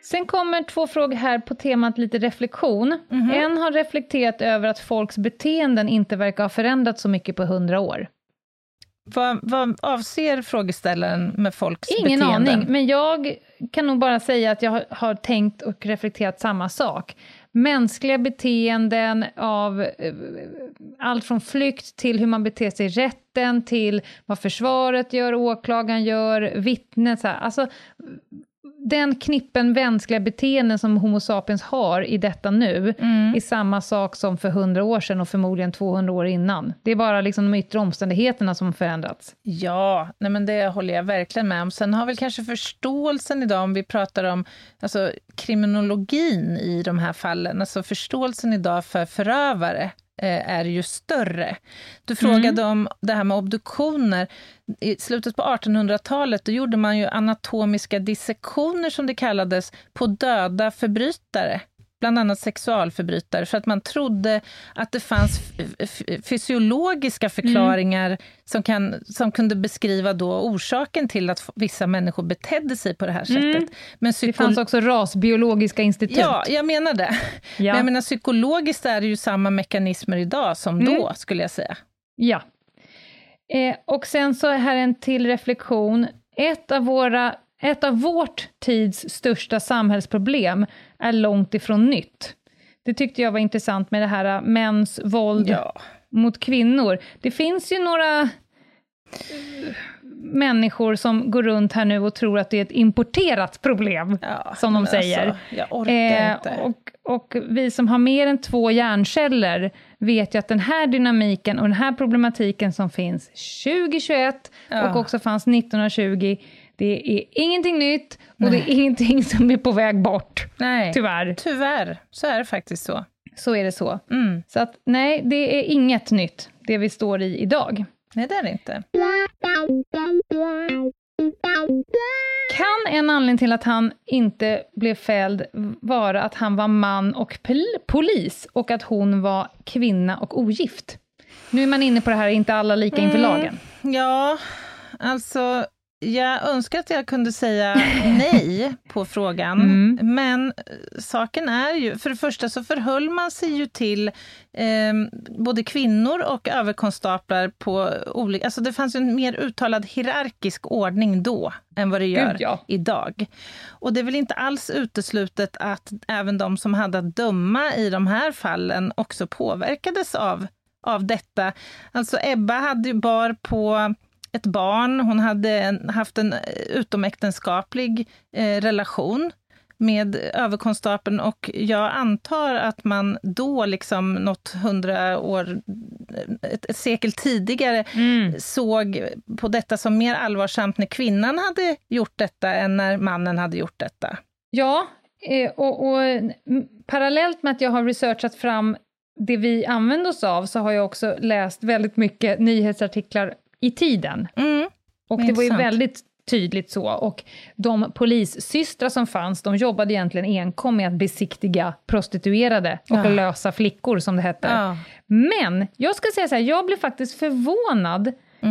Sen kommer 2 frågor här på temat lite reflektion. En har reflekterat över att folks beteenden inte verkar ha förändrats så mycket på 100 år. Vad avser frågeställaren med folks beteenden? Ingen aning, men jag kan nog bara säga att jag har tänkt och reflekterat samma sak. Mänskliga beteenden av allt från flykt till hur man beter sig i rätten, till vad försvaret gör, åklagaren gör, vittnet. Alltså den knippen mänskliga beteenden som Homo sapiens har i detta nu är samma sak som för 100 år sedan och förmodligen 200 år innan. Det är bara liksom de yttre omständigheterna som förändrats. Ja, nej men det håller jag verkligen med om. Sen har väl kanske förståelsen idag, om vi pratar om alltså, kriminologin i de här fallen, alltså förståelsen idag för förövare är ju större. Du frågade om det här med obduktioner. I slutet på 1800-talet då gjorde man ju anatomiska dissektioner som det kallades på döda förbrytare. Bland annat sexualförbrytare, för att man trodde att det fanns fysiologiska förklaringar som kunde beskriva då orsaken till att vissa människor betedde sig på det här sättet. Men det fanns också rasbiologiska institut. Ja, jag menar det. Ja. Men jag menar, psykologiskt är det ju samma mekanismer idag som då, skulle jag säga. Ja. Och sen så är här en till reflektion. Ett av vårt tids största samhällsproblem är långt ifrån nytt. Det tyckte jag var intressant med det här mäns våld mot kvinnor. Det finns ju några människor som går runt här nu och tror att det är ett importerat problem, som de säger. Alltså, jag orkar inte. Och vi som har mer än 2 hjärnceller vet ju att den här dynamiken och den här problematiken som finns 2021 och också fanns 1920, det är ingenting nytt och det är ingenting som är på väg bort. Nej, tyvärr. Så är det faktiskt så. Så är det så. Så att nej, det är inget nytt, det vi står i idag. Nej, det är det inte. Kan en anledning till att han inte blev fälld vara att han var man och polis och att hon var kvinna och ogift? Nu är man inne på det här, inte alla lika inför lagen. Ja, alltså jag önskar att jag kunde säga nej på frågan, men saken är ju, för det första så förhöll man sig ju till både kvinnor och överkonstaplar på olika, alltså det fanns ju en mer uttalad hierarkisk ordning då än vad det gör idag. Och det är väl inte alls uteslutet att även de som hade att döma i de här fallen också påverkades av detta. Alltså Ebba hade ju bar på ett barn, hon hade haft en utomäktenskaplig relation med överkonstapeln, och jag antar att man då liksom något 100 år, ett sekel tidigare såg på detta som mer allvarsamt när kvinnan hade gjort detta än när mannen hade gjort detta. Ja, och parallellt med att jag har researchat fram det vi använder oss av, så har jag också läst väldigt mycket nyhetsartiklar i tiden. Och det var ju väldigt tydligt så. Och de polissystrar som fanns, de jobbade egentligen enkom med att besiktiga prostituerade och lösa flickor, som det hette. Men jag ska säga så här, jag blev faktiskt förvånad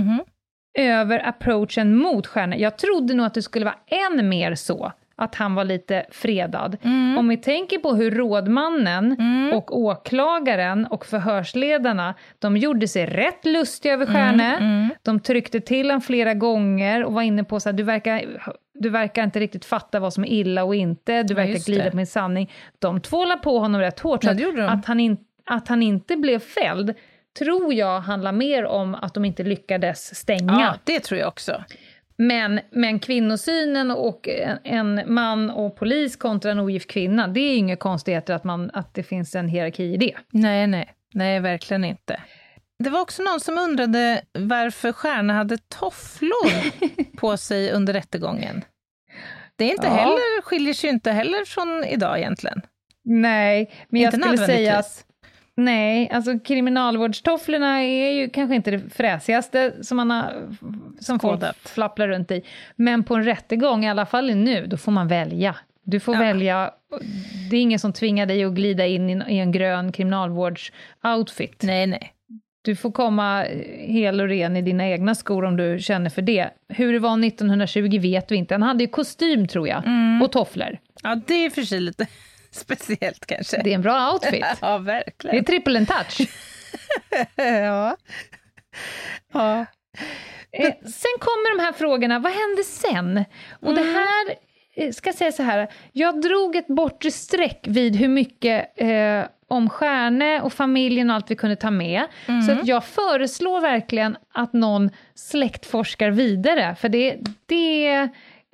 över approachen mot Stjärne. Jag trodde nog att det skulle vara än mer så, att han var lite fredad. Om vi tänker på hur rådmannen och åklagaren och förhörsledarna, de gjorde sig rätt lustiga över Stjärne. De tryckte till han flera gånger och var inne på så här, du verkar inte riktigt fatta vad som är illa och inte. Du verkar glida på min sanning. De tvålar på honom rätt hårt. Så att han inte blev fälld tror jag handlar mer om att de inte lyckades stänga. Ja, det tror jag också. Men kvinnosynen och en man och polis kontra en ogift kvinna, det är inga konstigheter att det finns en hierarki i det. Nej, verkligen inte. Det var också någon som undrade varför Stjärna hade tofflor på sig under rättegången. Det är inte heller, skiljer sig inte heller från idag egentligen. Nej, men jag inte skulle säga att nej, alltså kriminalvårdstofflorna är ju kanske inte det fräsigaste som folk flapplar runt i. Men på en rättegång, i alla fall nu, då får man välja. Du får välja, det är ingen som tvingar dig att glida in i en grön kriminalvårdsoutfit. Nej. Du får komma hel och ren i dina egna skor om du känner för det. Hur det var 1920 vet vi inte. Han hade ju kostym, tror jag, och tofflor. Ja, det är för sig lite speciellt kanske. Det är en bra outfit. Ja, verkligen. Det är triple and touch. Ja. Sen kommer de här frågorna, vad hände sen? Och det här, ska jag säga så här, jag drog ett bortre streck vid hur mycket om Stjärne och familjen och allt vi kunde ta med. Så att jag föreslår verkligen att någon släktforskar vidare, för det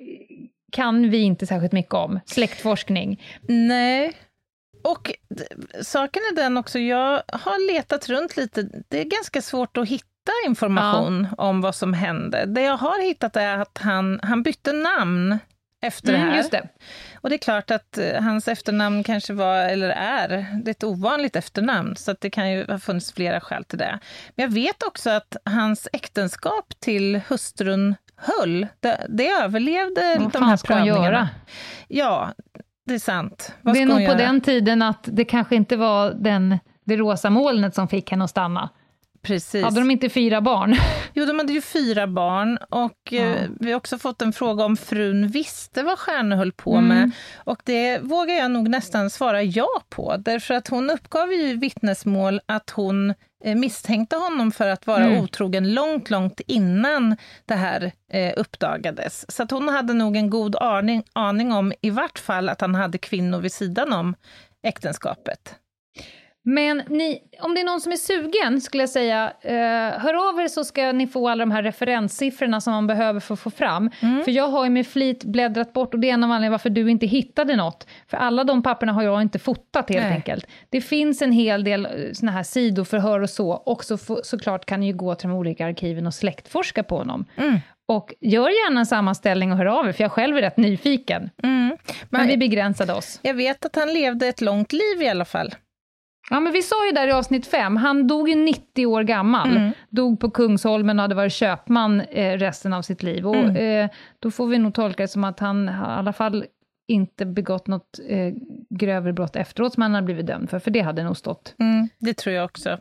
kan vi inte särskilt mycket om, släktforskning. Nej. Och saken är den också, jag har letat runt lite, det är ganska svårt att hitta information om vad som hände. Det jag har hittat är att han bytte namn efter det här. Just det. Och det är klart att hans efternamn kanske var, eller det är ett ovanligt efternamn, så att det kan ju ha funnits flera skäl till det. Men jag vet också att hans äktenskap till hustrun höll, det överlevde de här prövningarna. Ja, det är sant. Det är nog på den tiden att det kanske inte var det rosa molnet som fick henne att stanna. Precis. Hade de inte 4 barn? Jo, de hade ju 4 barn och vi har också fått en fråga om frun visste vad Stjärne höll på med. Och det vågar jag nog nästan svara ja på, därför att hon uppgav ju i vittnesmål att hon misstänkte honom för att vara otrogen långt innan det här uppdagades. Så att hon hade nog en god aning om i vart fall att han hade kvinnor vid sidan om äktenskapet. Men om det är någon som är sugen skulle jag säga, hör av er så ska ni få alla de här referenssiffrorna som man behöver för att få fram. För jag har ju med flit bläddrat bort, och det är en av anledningarna varför du inte hittade något. För alla de papperna har jag inte fotat helt enkelt. Det finns en hel del såna här sidoförhör och så. Och såklart kan ni ju gå till de olika arkiven och släktforska på honom. Och gör gärna en sammanställning och hör av er, för jag själv är rätt nyfiken. Men vi begränsade oss. Jag vet att han levde ett långt liv i alla fall. Ja, men vi sa ju där i avsnitt 5, han dog ju 90 år gammal. Dog på Kungsholmen och hade varit köpman resten av sitt liv. Och då får vi nog tolka det som att han i alla fall inte begått något grövre brott efteråt som han hade blivit dömd för det hade nog stått. Det tror jag också.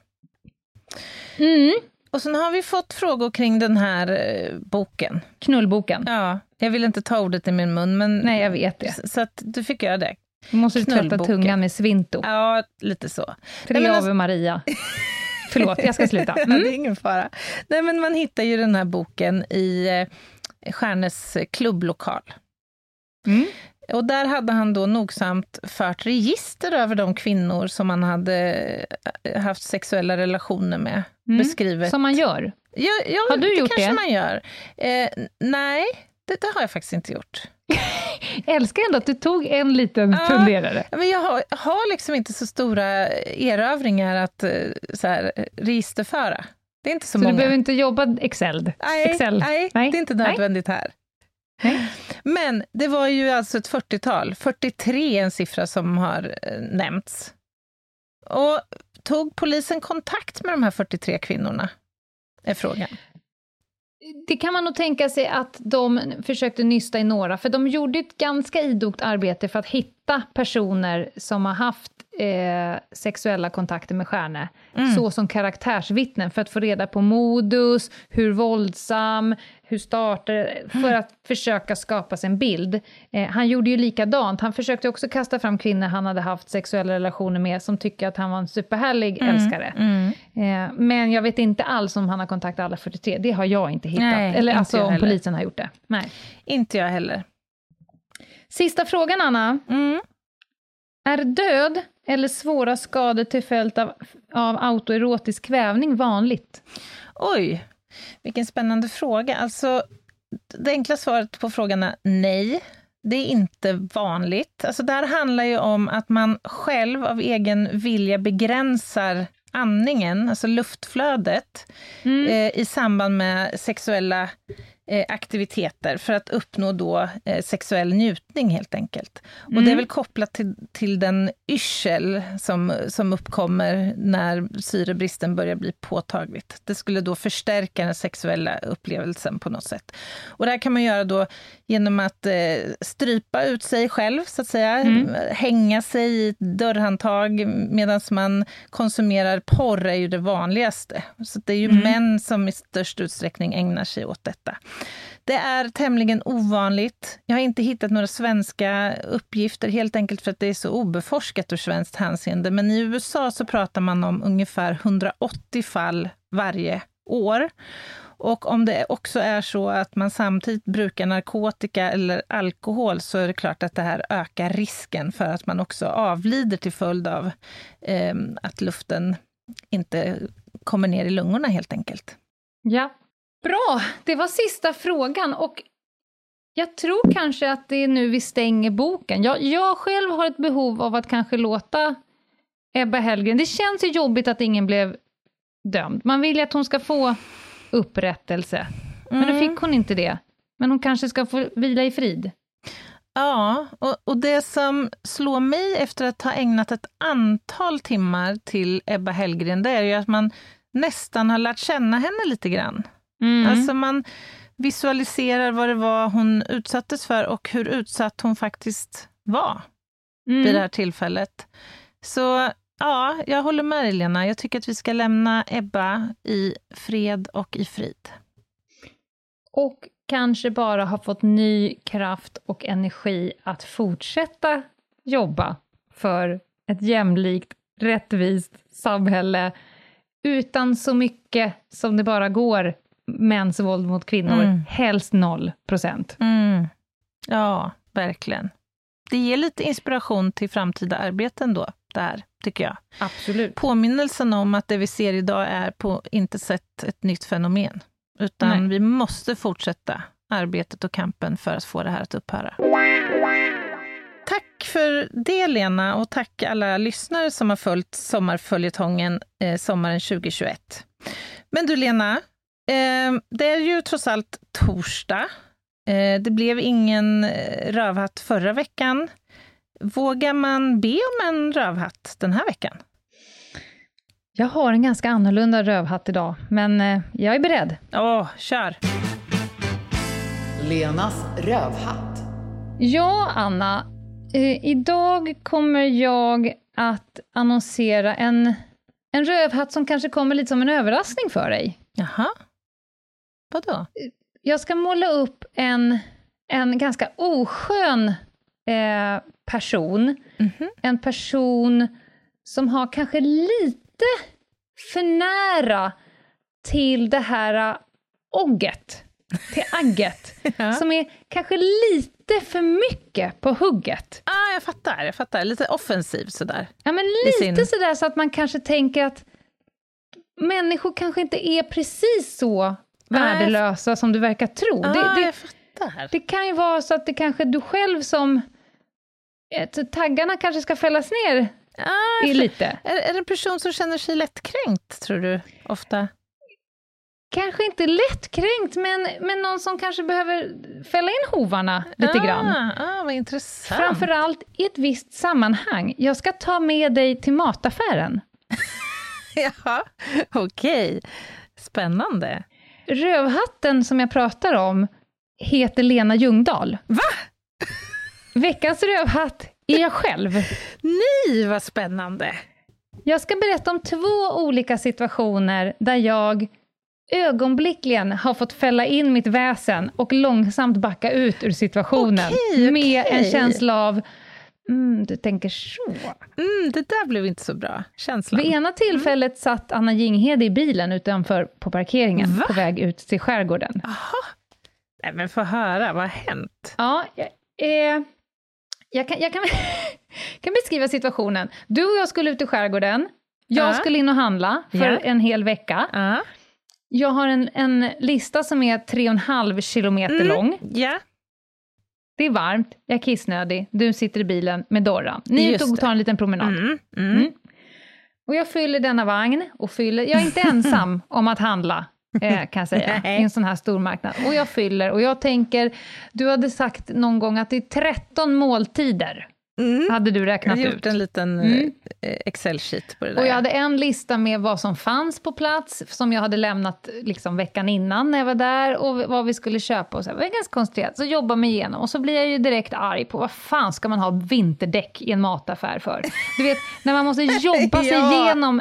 Och sen har vi fått frågor kring den här boken. Knullboken. Ja, jag vill inte ta ordet i min mun, men nej, jag vet det. Så att du fick göra det. Du måste tvätta tungan med Svinto. Ja, lite så. Ave Maria. Förlåt, jag ska sluta. Det är ingen fara. Nej, men man hittar ju den här boken i Stjärnes klubblokal. Och där hade han då nogsamt fört register över de kvinnor som han hade haft sexuella relationer med. Beskrivet. Som man gör? Ja, har du gjort det? Kanske man gör. Nej, det har jag faktiskt inte gjort. Jag älskar ändå att du tog en liten funderare. Men jag har liksom inte så stora erövringar att så här, registerföra. Det är inte så många. Så du behöver inte jobba Excel? Nej, det är inte nödvändigt här. Nej. Men det var ju alltså ett 40-tal. 43 är en siffra som har nämnts. Och tog polisen kontakt med de här 43 kvinnorna? Är frågan. Det kan man nog tänka sig att de försökte nysta i några. För de gjorde ett ganska idogt arbete för att hitta personer som har haft sexuella kontakter med Stjärne. Så som karaktärsvittnen. För att få reda på modus, hur våldsam, hur startar, för att försöka skapa sig en bild. Han gjorde ju likadant. Han försökte också kasta fram kvinnor han hade haft sexuella relationer med som tycker att han var en superhärlig älskare. Men jag vet inte alls om han har kontaktat alla 43. Det har jag inte hittat. Nej, eller inte alltså om polisen har gjort det. Nej. Inte jag heller. Sista frågan, Anna. Är död eller svåra skador till följd av autoerotisk kvävning vanligt? Oj, vilken spännande fråga. Alltså, det enkla svaret på frågan är nej. Det är inte vanligt. Alltså, det här handlar ju om att man själv av egen vilja begränsar andningen, alltså luftflödet, i samband med sexuella aktiviteter för att uppnå då sexuell njutning helt enkelt. Och det är väl kopplat till den yrsel som uppkommer när syrebristen börjar bli påtagligt. Det skulle då förstärka den sexuella upplevelsen på något sätt. Och det här kan man göra då genom att strypa ut sig själv så att säga, hänga sig i ett dörrhandtag medan man konsumerar porr är ju det vanligaste. Så det är ju män som i störst utsträckning ägnar sig åt detta. Det är tämligen ovanligt. Jag har inte hittat några svenska uppgifter, helt enkelt för att det är så obeforskat ur svenskt hänseende. Men i USA så pratar man om ungefär 180 fall varje år. Och om det också är så att man samtidigt brukar narkotika eller alkohol, så är det klart att det här ökar risken för att man också avlider till följd av att luften inte kommer ner i lungorna helt enkelt. Ja, bra. Det var sista frågan och jag tror kanske att det är nu vi stänger boken. Jag själv har ett behov av att kanske låta Ebba Hellgren. Det känns ju jobbigt att ingen blev dömd. Man vill ju att hon ska få upprättelse. Men nu fick hon inte det. Men hon kanske ska få vila i frid. Ja, och det som slår mig efter att ha ägnat ett antal timmar till Ebba Hellgren, det är ju att man nästan har lärt känna henne lite grann. Alltså man visualiserar vad det var hon utsattes för och hur utsatt hon faktiskt var vid det här tillfället. Så ja, jag håller med dig, Lena. Jag tycker att vi ska lämna Ebba i fred och i frid. Och kanske bara har fått ny kraft och energi att fortsätta jobba för ett jämlikt, rättvist samhälle utan så mycket som det bara går mäns våld mot kvinnor. Helst 0%. Ja, verkligen. Det ger lite inspiration till framtida arbeten då, där, tycker jag. Absolut. Påminnelsen om att det vi ser idag är på inte sätt ett nytt fenomen. Utan vi måste fortsätta arbetet och kampen för att få det här att upphöra. Tack för det, Lena, och tack alla lyssnare som har följt sommarföljetongen sommaren 2021. Men du, Lena, det är ju trots allt torsdag. Det blev ingen rövhatt förra veckan. Vågar man be om en rövhatt den här veckan? Jag har en ganska annorlunda rövhatt idag, men jag är beredd. Kör! Lenas rövhatt. Ja, Anna. Idag kommer jag att annonsera en rövhatt som kanske kommer lite som en överraskning för dig. Jaha. Vadå? Jag ska måla upp en ganska oskön person. En person som har kanske lite för nära till det här ogget. Till agget. Som är kanske lite för mycket på hugget. Jag fattar. Lite offensiv sådär. Ja, men lite sådär så att man kanske tänker att människor kanske inte är precis så värdelösa som du verkar tro. Jag fattar. Det kan ju vara så att det kanske du själv som taggarna kanske ska fällas ner i lite. Är det en person som känner sig lättkränkt, tror du, ofta? Kanske inte lättkränkt, men någon som kanske behöver fälla in hovarna lite grann. Vad intressant. Framförallt i ett visst sammanhang. Jag ska ta med dig till mataffären. Ja, okej. Spännande. Rövhatten som jag pratar om heter Lena Ljungdahl. Va? Veckans rövhatt är jag själv. Nej, vad spännande. Jag ska berätta om 2 olika situationer där jag ögonblickligen har fått fälla in mitt väsen och långsamt backa ut ur situationen. Med en känsla av du tänker så. Det där blev inte så bra. Känslan. Vid ena tillfället satt Anna Jinghede i bilen utanför på parkeringen. Va? På väg ut till skärgården. Jaha. Nej, men få höra, vad har hänt? Ja, jag kan beskriva situationen. Du och jag skulle ut i skärgården. Jag skulle in och handla för en hel vecka. Jag har en lista som är 3,5 kilometer lång. Ja. Det är varmt, jag är kissnödig. Du sitter i bilen med Dorra. Ni är ute och tar en liten promenad. Och jag fyller denna vagn. Jag är inte ensam om att handla, kan jag säga. I en sån här stor marknad. Och jag fyller. Och jag tänker, du hade sagt någon gång att det är 13 måltider hade du räknat ut. Jag hade gjort en liten Excel-sheet på det där. Och jag hade en lista med vad som fanns på plats, som jag hade lämnat liksom veckan innan när jag var där, och vad vi skulle köpa. Och så. Det var ganska konstruerat. Så jobbar mig igenom, och så blir jag ju direkt arg på vad fan ska man ha vinterdäck i en mataffär för? Du vet, när man måste jobba sig igenom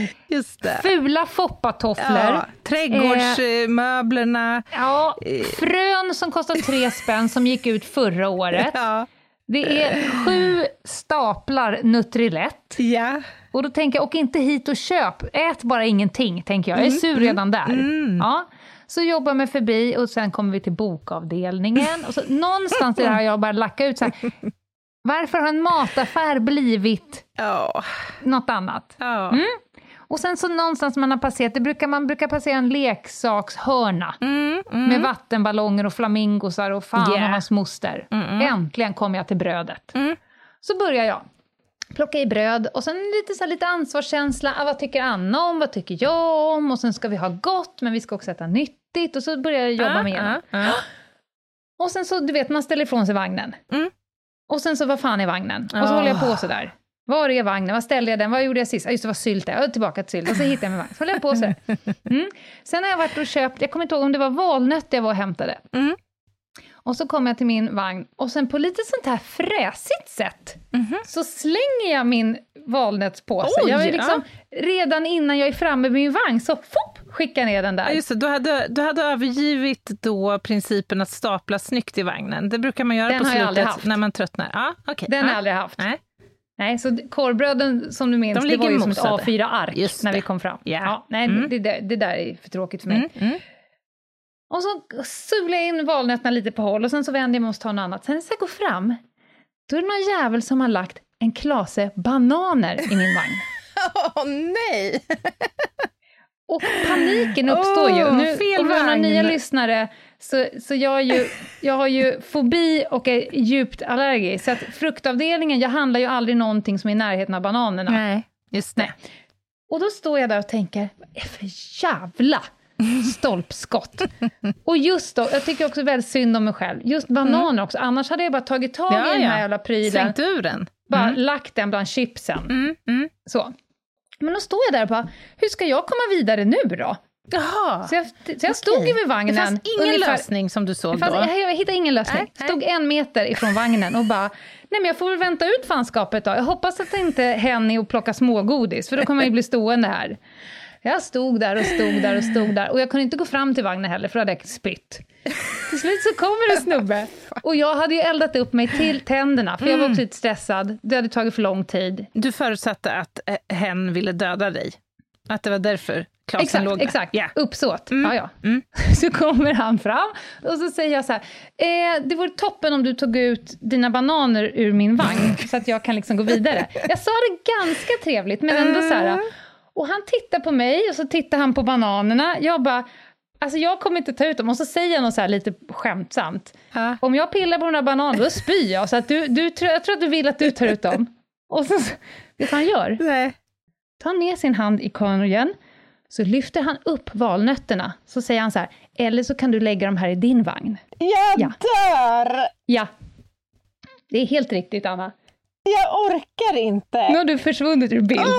fula foppatofflor. Trädgårdsmöblerna. Frön som kostar 3 spänn som gick ut förra året. Det är 7 staplar Nutrilett. Ja. Och då tänker jag, och inte hit och köp. Ät bara ingenting, tänker jag. Jag är sur redan där. Ja. Så jobbar mig förbi, och sen kommer vi till bokavdelningen. Och så, någonstans i det här jag bara lacka ut så här. Varför har en mataffär blivit något annat? Och sen så någonstans man har passerat, man brukar passera en leksakshörna med vattenballonger och flamingosar och fan och hans moster. Äntligen kom jag till brödet. Så börjar jag plocka i bröd, och sen lite ansvarskänsla. Vad tycker Anna om? Vad tycker jag om? Och sen ska vi ha gott, men vi ska också äta nyttigt. Och så börjar jag jobba med igenom. Och sen så, du vet, man ställer ifrån sig vagnen. Och sen så, vad fan är vagnen? Och så håller jag på så där. Var är vagnen? Vad ställde jag den? Vad gjorde jag sist? Just det, var sylt där. Jag är tillbaka till sylt. Och så hittade jag min vagn. Så håller jag på så där. Sen har jag varit och köpt, jag kommer inte ihåg om det var valnötter jag var och hämtade. Och så kom jag till min vagn, och sen på lite sånt här fräsigt sätt så slänger jag min valnötspåse. Jag vill liksom, redan innan jag är framme med min vagn, så skickar ner den där. Ja, just det, du hade övergivit då principen att stapla snyggt i vagnen. Det brukar man göra den på slutet när man tröttnar. Den har jag aldrig haft. Nej, så korvbröden som du minns, det var ju som ett A4-ark när vi kom fram. Det där är för tråkigt för mig. Och så sular jag in valnötterna lite på håll, och sen så vänder jag mig och tar något annat. Sen när jag går fram, då är det någon jävel som har lagt en klase bananer i min vagn. Nej! Och paniken uppstår ju. Nu, fel och för några vagn. nya lyssnare, så jag har ju fobi och är djupt allergisk. Så att fruktavdelningen, jag handlar ju aldrig någonting som är i närheten av bananerna. Nej, just det. Nej. Och då står jag där och tänker, vad är för jävla stolpskott. Och just då, jag tycker också väldigt synd om mig själv. Just bananer också. Annars hade jag bara tagit tag i den här jävla prylen. Slängt ur den. Bara lagt den bland chipsen. Så. Men då står jag där och bara, hur ska jag komma vidare nu då? Jaha. Så jag stod ju vid vagnen. Det fanns ingen lösning som du såg då? Jag hittade ingen lösning. Jag stod 1 meter ifrån vagnen och bara, nej men jag får väl vänta ut fanskapet då. Jag hoppas att det inte händer och plocka smågodis, för då kommer jag ju bli stående här. Jag stod där. Och jag kunde inte gå fram till vagnen heller, för då hade jag spytt. Till slut så kommer en snubbe. Och jag hade ju eldat upp mig till tänderna, för jag var också lite stressad. Det hade tagit för lång tid. Du förutsatte att hen ville döda dig. Att det var därför Klasen låg där. Exakt, uppsåt. Så kommer han fram och så säger jag så här, det vore toppen om du tog ut dina bananer ur min vagn så att jag kan liksom gå vidare. Jag sa det ganska trevligt, men ändå så här. Och han tittar på mig och så tittar han på bananerna. Jag bara, alltså jag kommer inte ta ut dem. Och så säger han något så här lite skämtsamt. Om jag pillar på de här bananerna, då spyr jag. Så att jag tror att du vill att du tar ut dem. Och så, vet han gör? Nej. Tar ner sin hand i korgen. Så lyfter han upp valnötterna. Så säger han så här, eller så kan du lägga dem här i din vagn. Jag dör! Ja. Det är helt riktigt, Anna. Jag orkar inte. Nu har du försvunnit ur bild.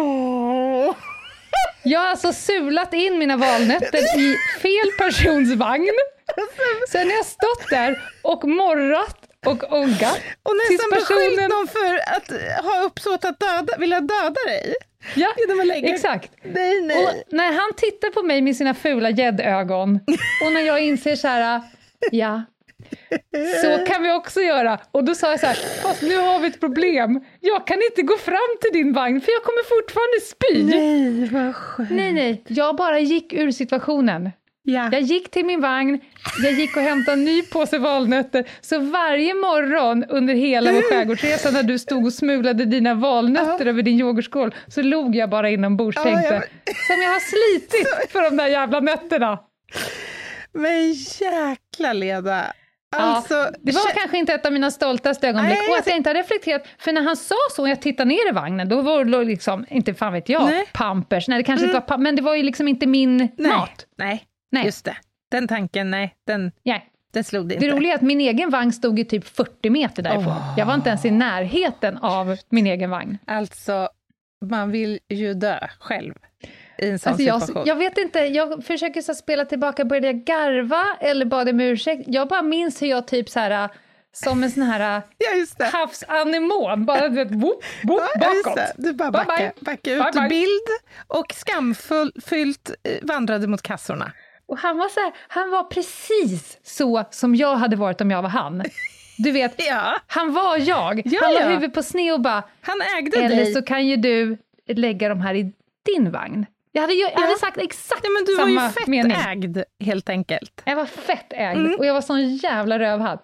Jag har alltså sulat in mina valnötter i fel persons vagn. Sen har jag stått där och morrat och oggat. Och nästan beskyllt någon för att ha uppsåt att vilja döda dig. Ja, exakt. Nej. Och när han tittar på mig med sina fula gäddögon och när jag inser så här, ja, så kan vi också göra. Och då sa jag så här, fast nu har vi ett problem. Jag kan inte gå fram till din vagn för jag kommer fortfarande spy. Nej, vad skönt. Nej, jag bara gick ur situationen. Ja. Jag gick till min vagn, jag gick och hämtade en ny påse valnötter. Så varje morgon under hela vår skärgårdsresa när du stod och smulade dina valnötter över din yoghurtskål, så låg jag bara inombords och tänkte, som jag har slitit för de där jävla nötterna. Men jäkla Leda. Alltså, det var kanske inte ett av mina stoltaste ögonblick. Och att jag inte hade reflekterat. För när han sa så och jag tittade ner i vagnen, då var det liksom, inte fan vet jag, Pampers. Nej, det kanske inte var men det var ju liksom inte min mat. Nej, just det. Den tanken, nej. Det slog det inte. Det roliga är att min egen vagn stod i typ 40 meter därifrån. Jag var inte ens i närheten av min egen vagn. Alltså, man vill ju dö själv i en sån situation. Jag vet inte, jag försöker så spela tillbaka, började jag garva eller bad om ursäkt? Jag bara minns hur jag typ så här, som en sån här havsanemon, bara bakåt. Du bara backa ut ur bild och skamfyllt vandrade mot kassorna. Och han var precis så som jag hade varit om jag var han. Du vet, han var jag. Han la huvudet på sned och bara, han ägde eller dig. så kan ju du lägga de här i din vagn. Jag hade sagt exakt men du samma var ju fett mening. Ägd, helt enkelt. Jag var fett ägd och jag var sån jävla rövhatt.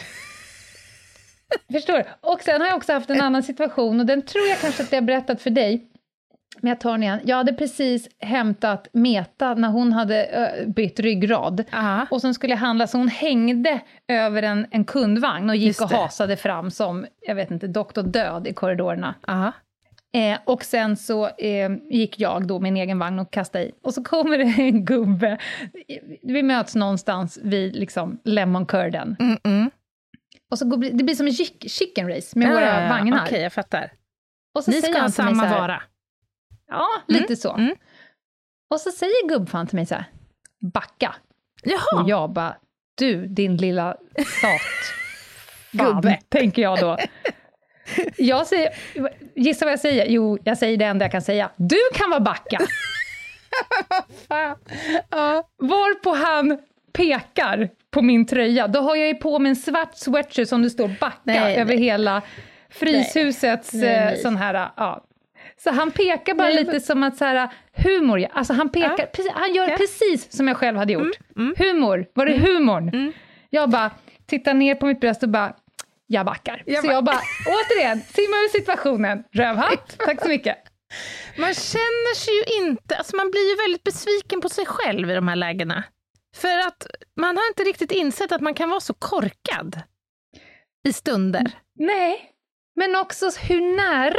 Förstår du? Och sen har jag också haft en annan situation och den tror jag kanske att jag har berättat för dig. Men jag tar den igen. Jag hade precis hämtat Meta när hon hade bytt ryggrad. Och sen skulle jag handla, så hon hängde över en kundvagn och gick och hasade fram som, jag vet inte, doktor död i korridorerna. Och sen så gick jag då med en egen vagn och kastade i. Och så kommer det en gubbe. Vi möts någonstans vid liksom Lemon Curden. Och så det blir som en chicken race med våra vagnar. Okej, jag fattar. Och så ni säger ska ha han samma vara. Ja, lite så. Och så säger gubbfan till mig så här, backa. Jaha. Och jag bara, du din lilla gubbe, tänker jag då. Jag säger, gissa vad jag säger? Jo, jag säger det enda jag kan säga. Du kan vara backa. Varpå han pekar på min tröja. Då har jag ju på mig en svart sweatshirt som det står backa över hela Fryshusets sån här, Så han pekar bara lite som att så här, humor, alltså han pekar, han gör precis som jag själv hade gjort. Humor, var det humorn? Jag bara tittar ner på mitt bröst och bara, jag backar. Så jag bara, återigen, simma ur situationen. Rövhatt, tack så mycket. Man känner sig ju inte, alltså man blir ju väldigt besviken på sig själv i de här lägena. För att man har inte riktigt insett att man kan vara så korkad i stunder. Nej, men också hur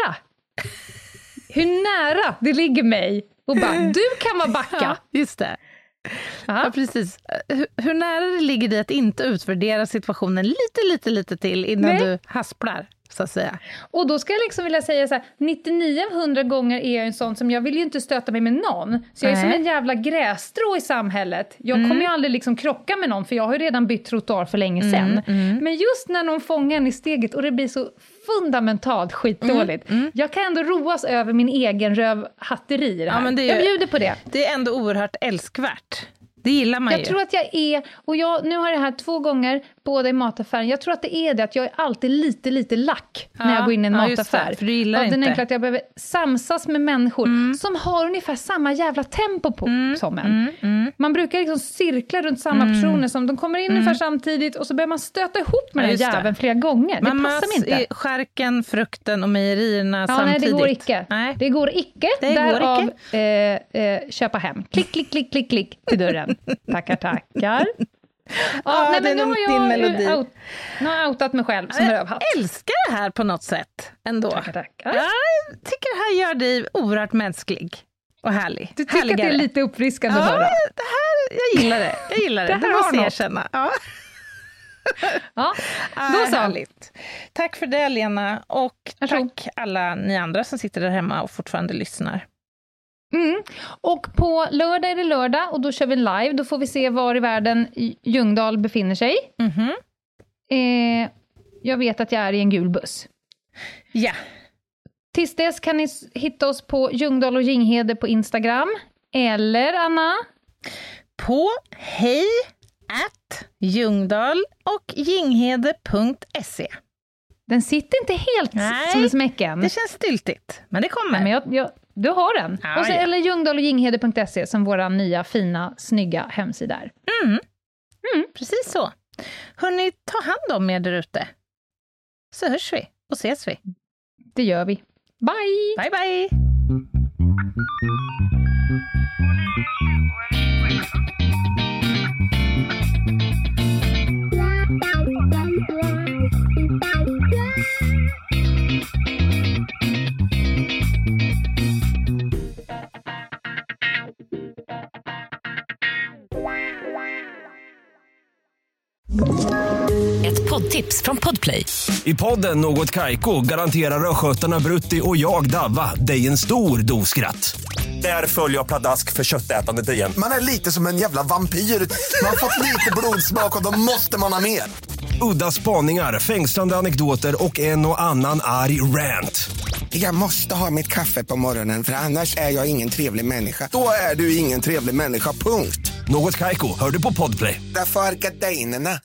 nära det ligger mig. Och bara, du kan vara backa. Ja, just det. Ja, precis. Hur nära det ligger dig att inte utvärdera situationen lite till innan du hasplar, så att säga. Och då ska jag liksom vilja säga så här, 99 av 100 gånger är jag en sån som jag vill ju inte stöta mig med någon. Så jag är som en jävla grässtrå i samhället. Jag kommer ju aldrig liksom krocka med någon, för jag har ju redan bytt trottoar för länge sedan. Men just när någon fångar en i steget och det blir så fundamentalt skitdåligt. Jag kan ändå roas över min egen rövhatteri i det här. Ja, men jag bjuder på det. Det är ändå oerhört älskvärt. Det gillar man ju. Jag tror att jag är, och nu har jag det här 2 gånger, båda i mataffären. Jag tror att det är det, att jag är alltid lite lack när jag går in i en mataffär. Det, för du gillar inte. Den enkla att jag behöver samsas med människor som har ungefär samma jävla tempo som en. Man brukar liksom cirkla runt samma personer, som de kommer in ungefär samtidigt och så börjar man stöta ihop med den jäveln flera gånger. Det passar inte. I skärken, frukten och mejerierna samtidigt. Nej, det går icke. Nej. Det går icke. Därav köpa hem. Klick till dörren. Tackar. Ja, men nu har jag outat mig själv som rövhatt. Jag älskar det här på något sätt ändå. Tackar. Jag tycker det här gör dig oerhört mänsklig och härlig. Du tycker att det är lite uppfriskande att höra? Det här, jag gillar det. Det måste jag erkänna. Då så. Härligt. Tack för det, Lena. Och tack alla ni andra som sitter där hemma och fortfarande lyssnar. Och på lördag är det lördag och då kör vi live. Då får vi se var i världen Ljungdahl befinner sig. Jag vet att jag är i en gul buss. Ja. Tills dess kan ni hitta oss på Ljungdahl och Ginghede på Instagram. Eller, Anna? På hej@ljungdahl och ginghede.se. Den sitter inte helt som en smäcken. Det känns styltigt, men det kommer. Nej, men du har den. Och så, eller Ljungdahl och ginghede.se som våra nya, fina, snygga hemsida är. Precis så. Hörrni, ta hand om er där ute. Så hörs vi och ses vi. Det gör vi. Bye! Bye, bye! Ett poddtips från Podplay. I podden Något Kaiko garanterar röskötarna Brutti och jag Davva dig en stor dos skratt. Där följer jag pladask för köttätandet igen. Man är lite som en jävla vampyr. Man har fått lite blodsmak och då måste man ha mer. Udda spaningar, fängslande anekdoter och en och annan arg rant. Jag måste ha mitt kaffe på morgonen för annars är jag ingen trevlig människa. Då är du ingen trevlig människa, punkt. Något Kaiko, hör du på Podplay. Därför är gardinerna.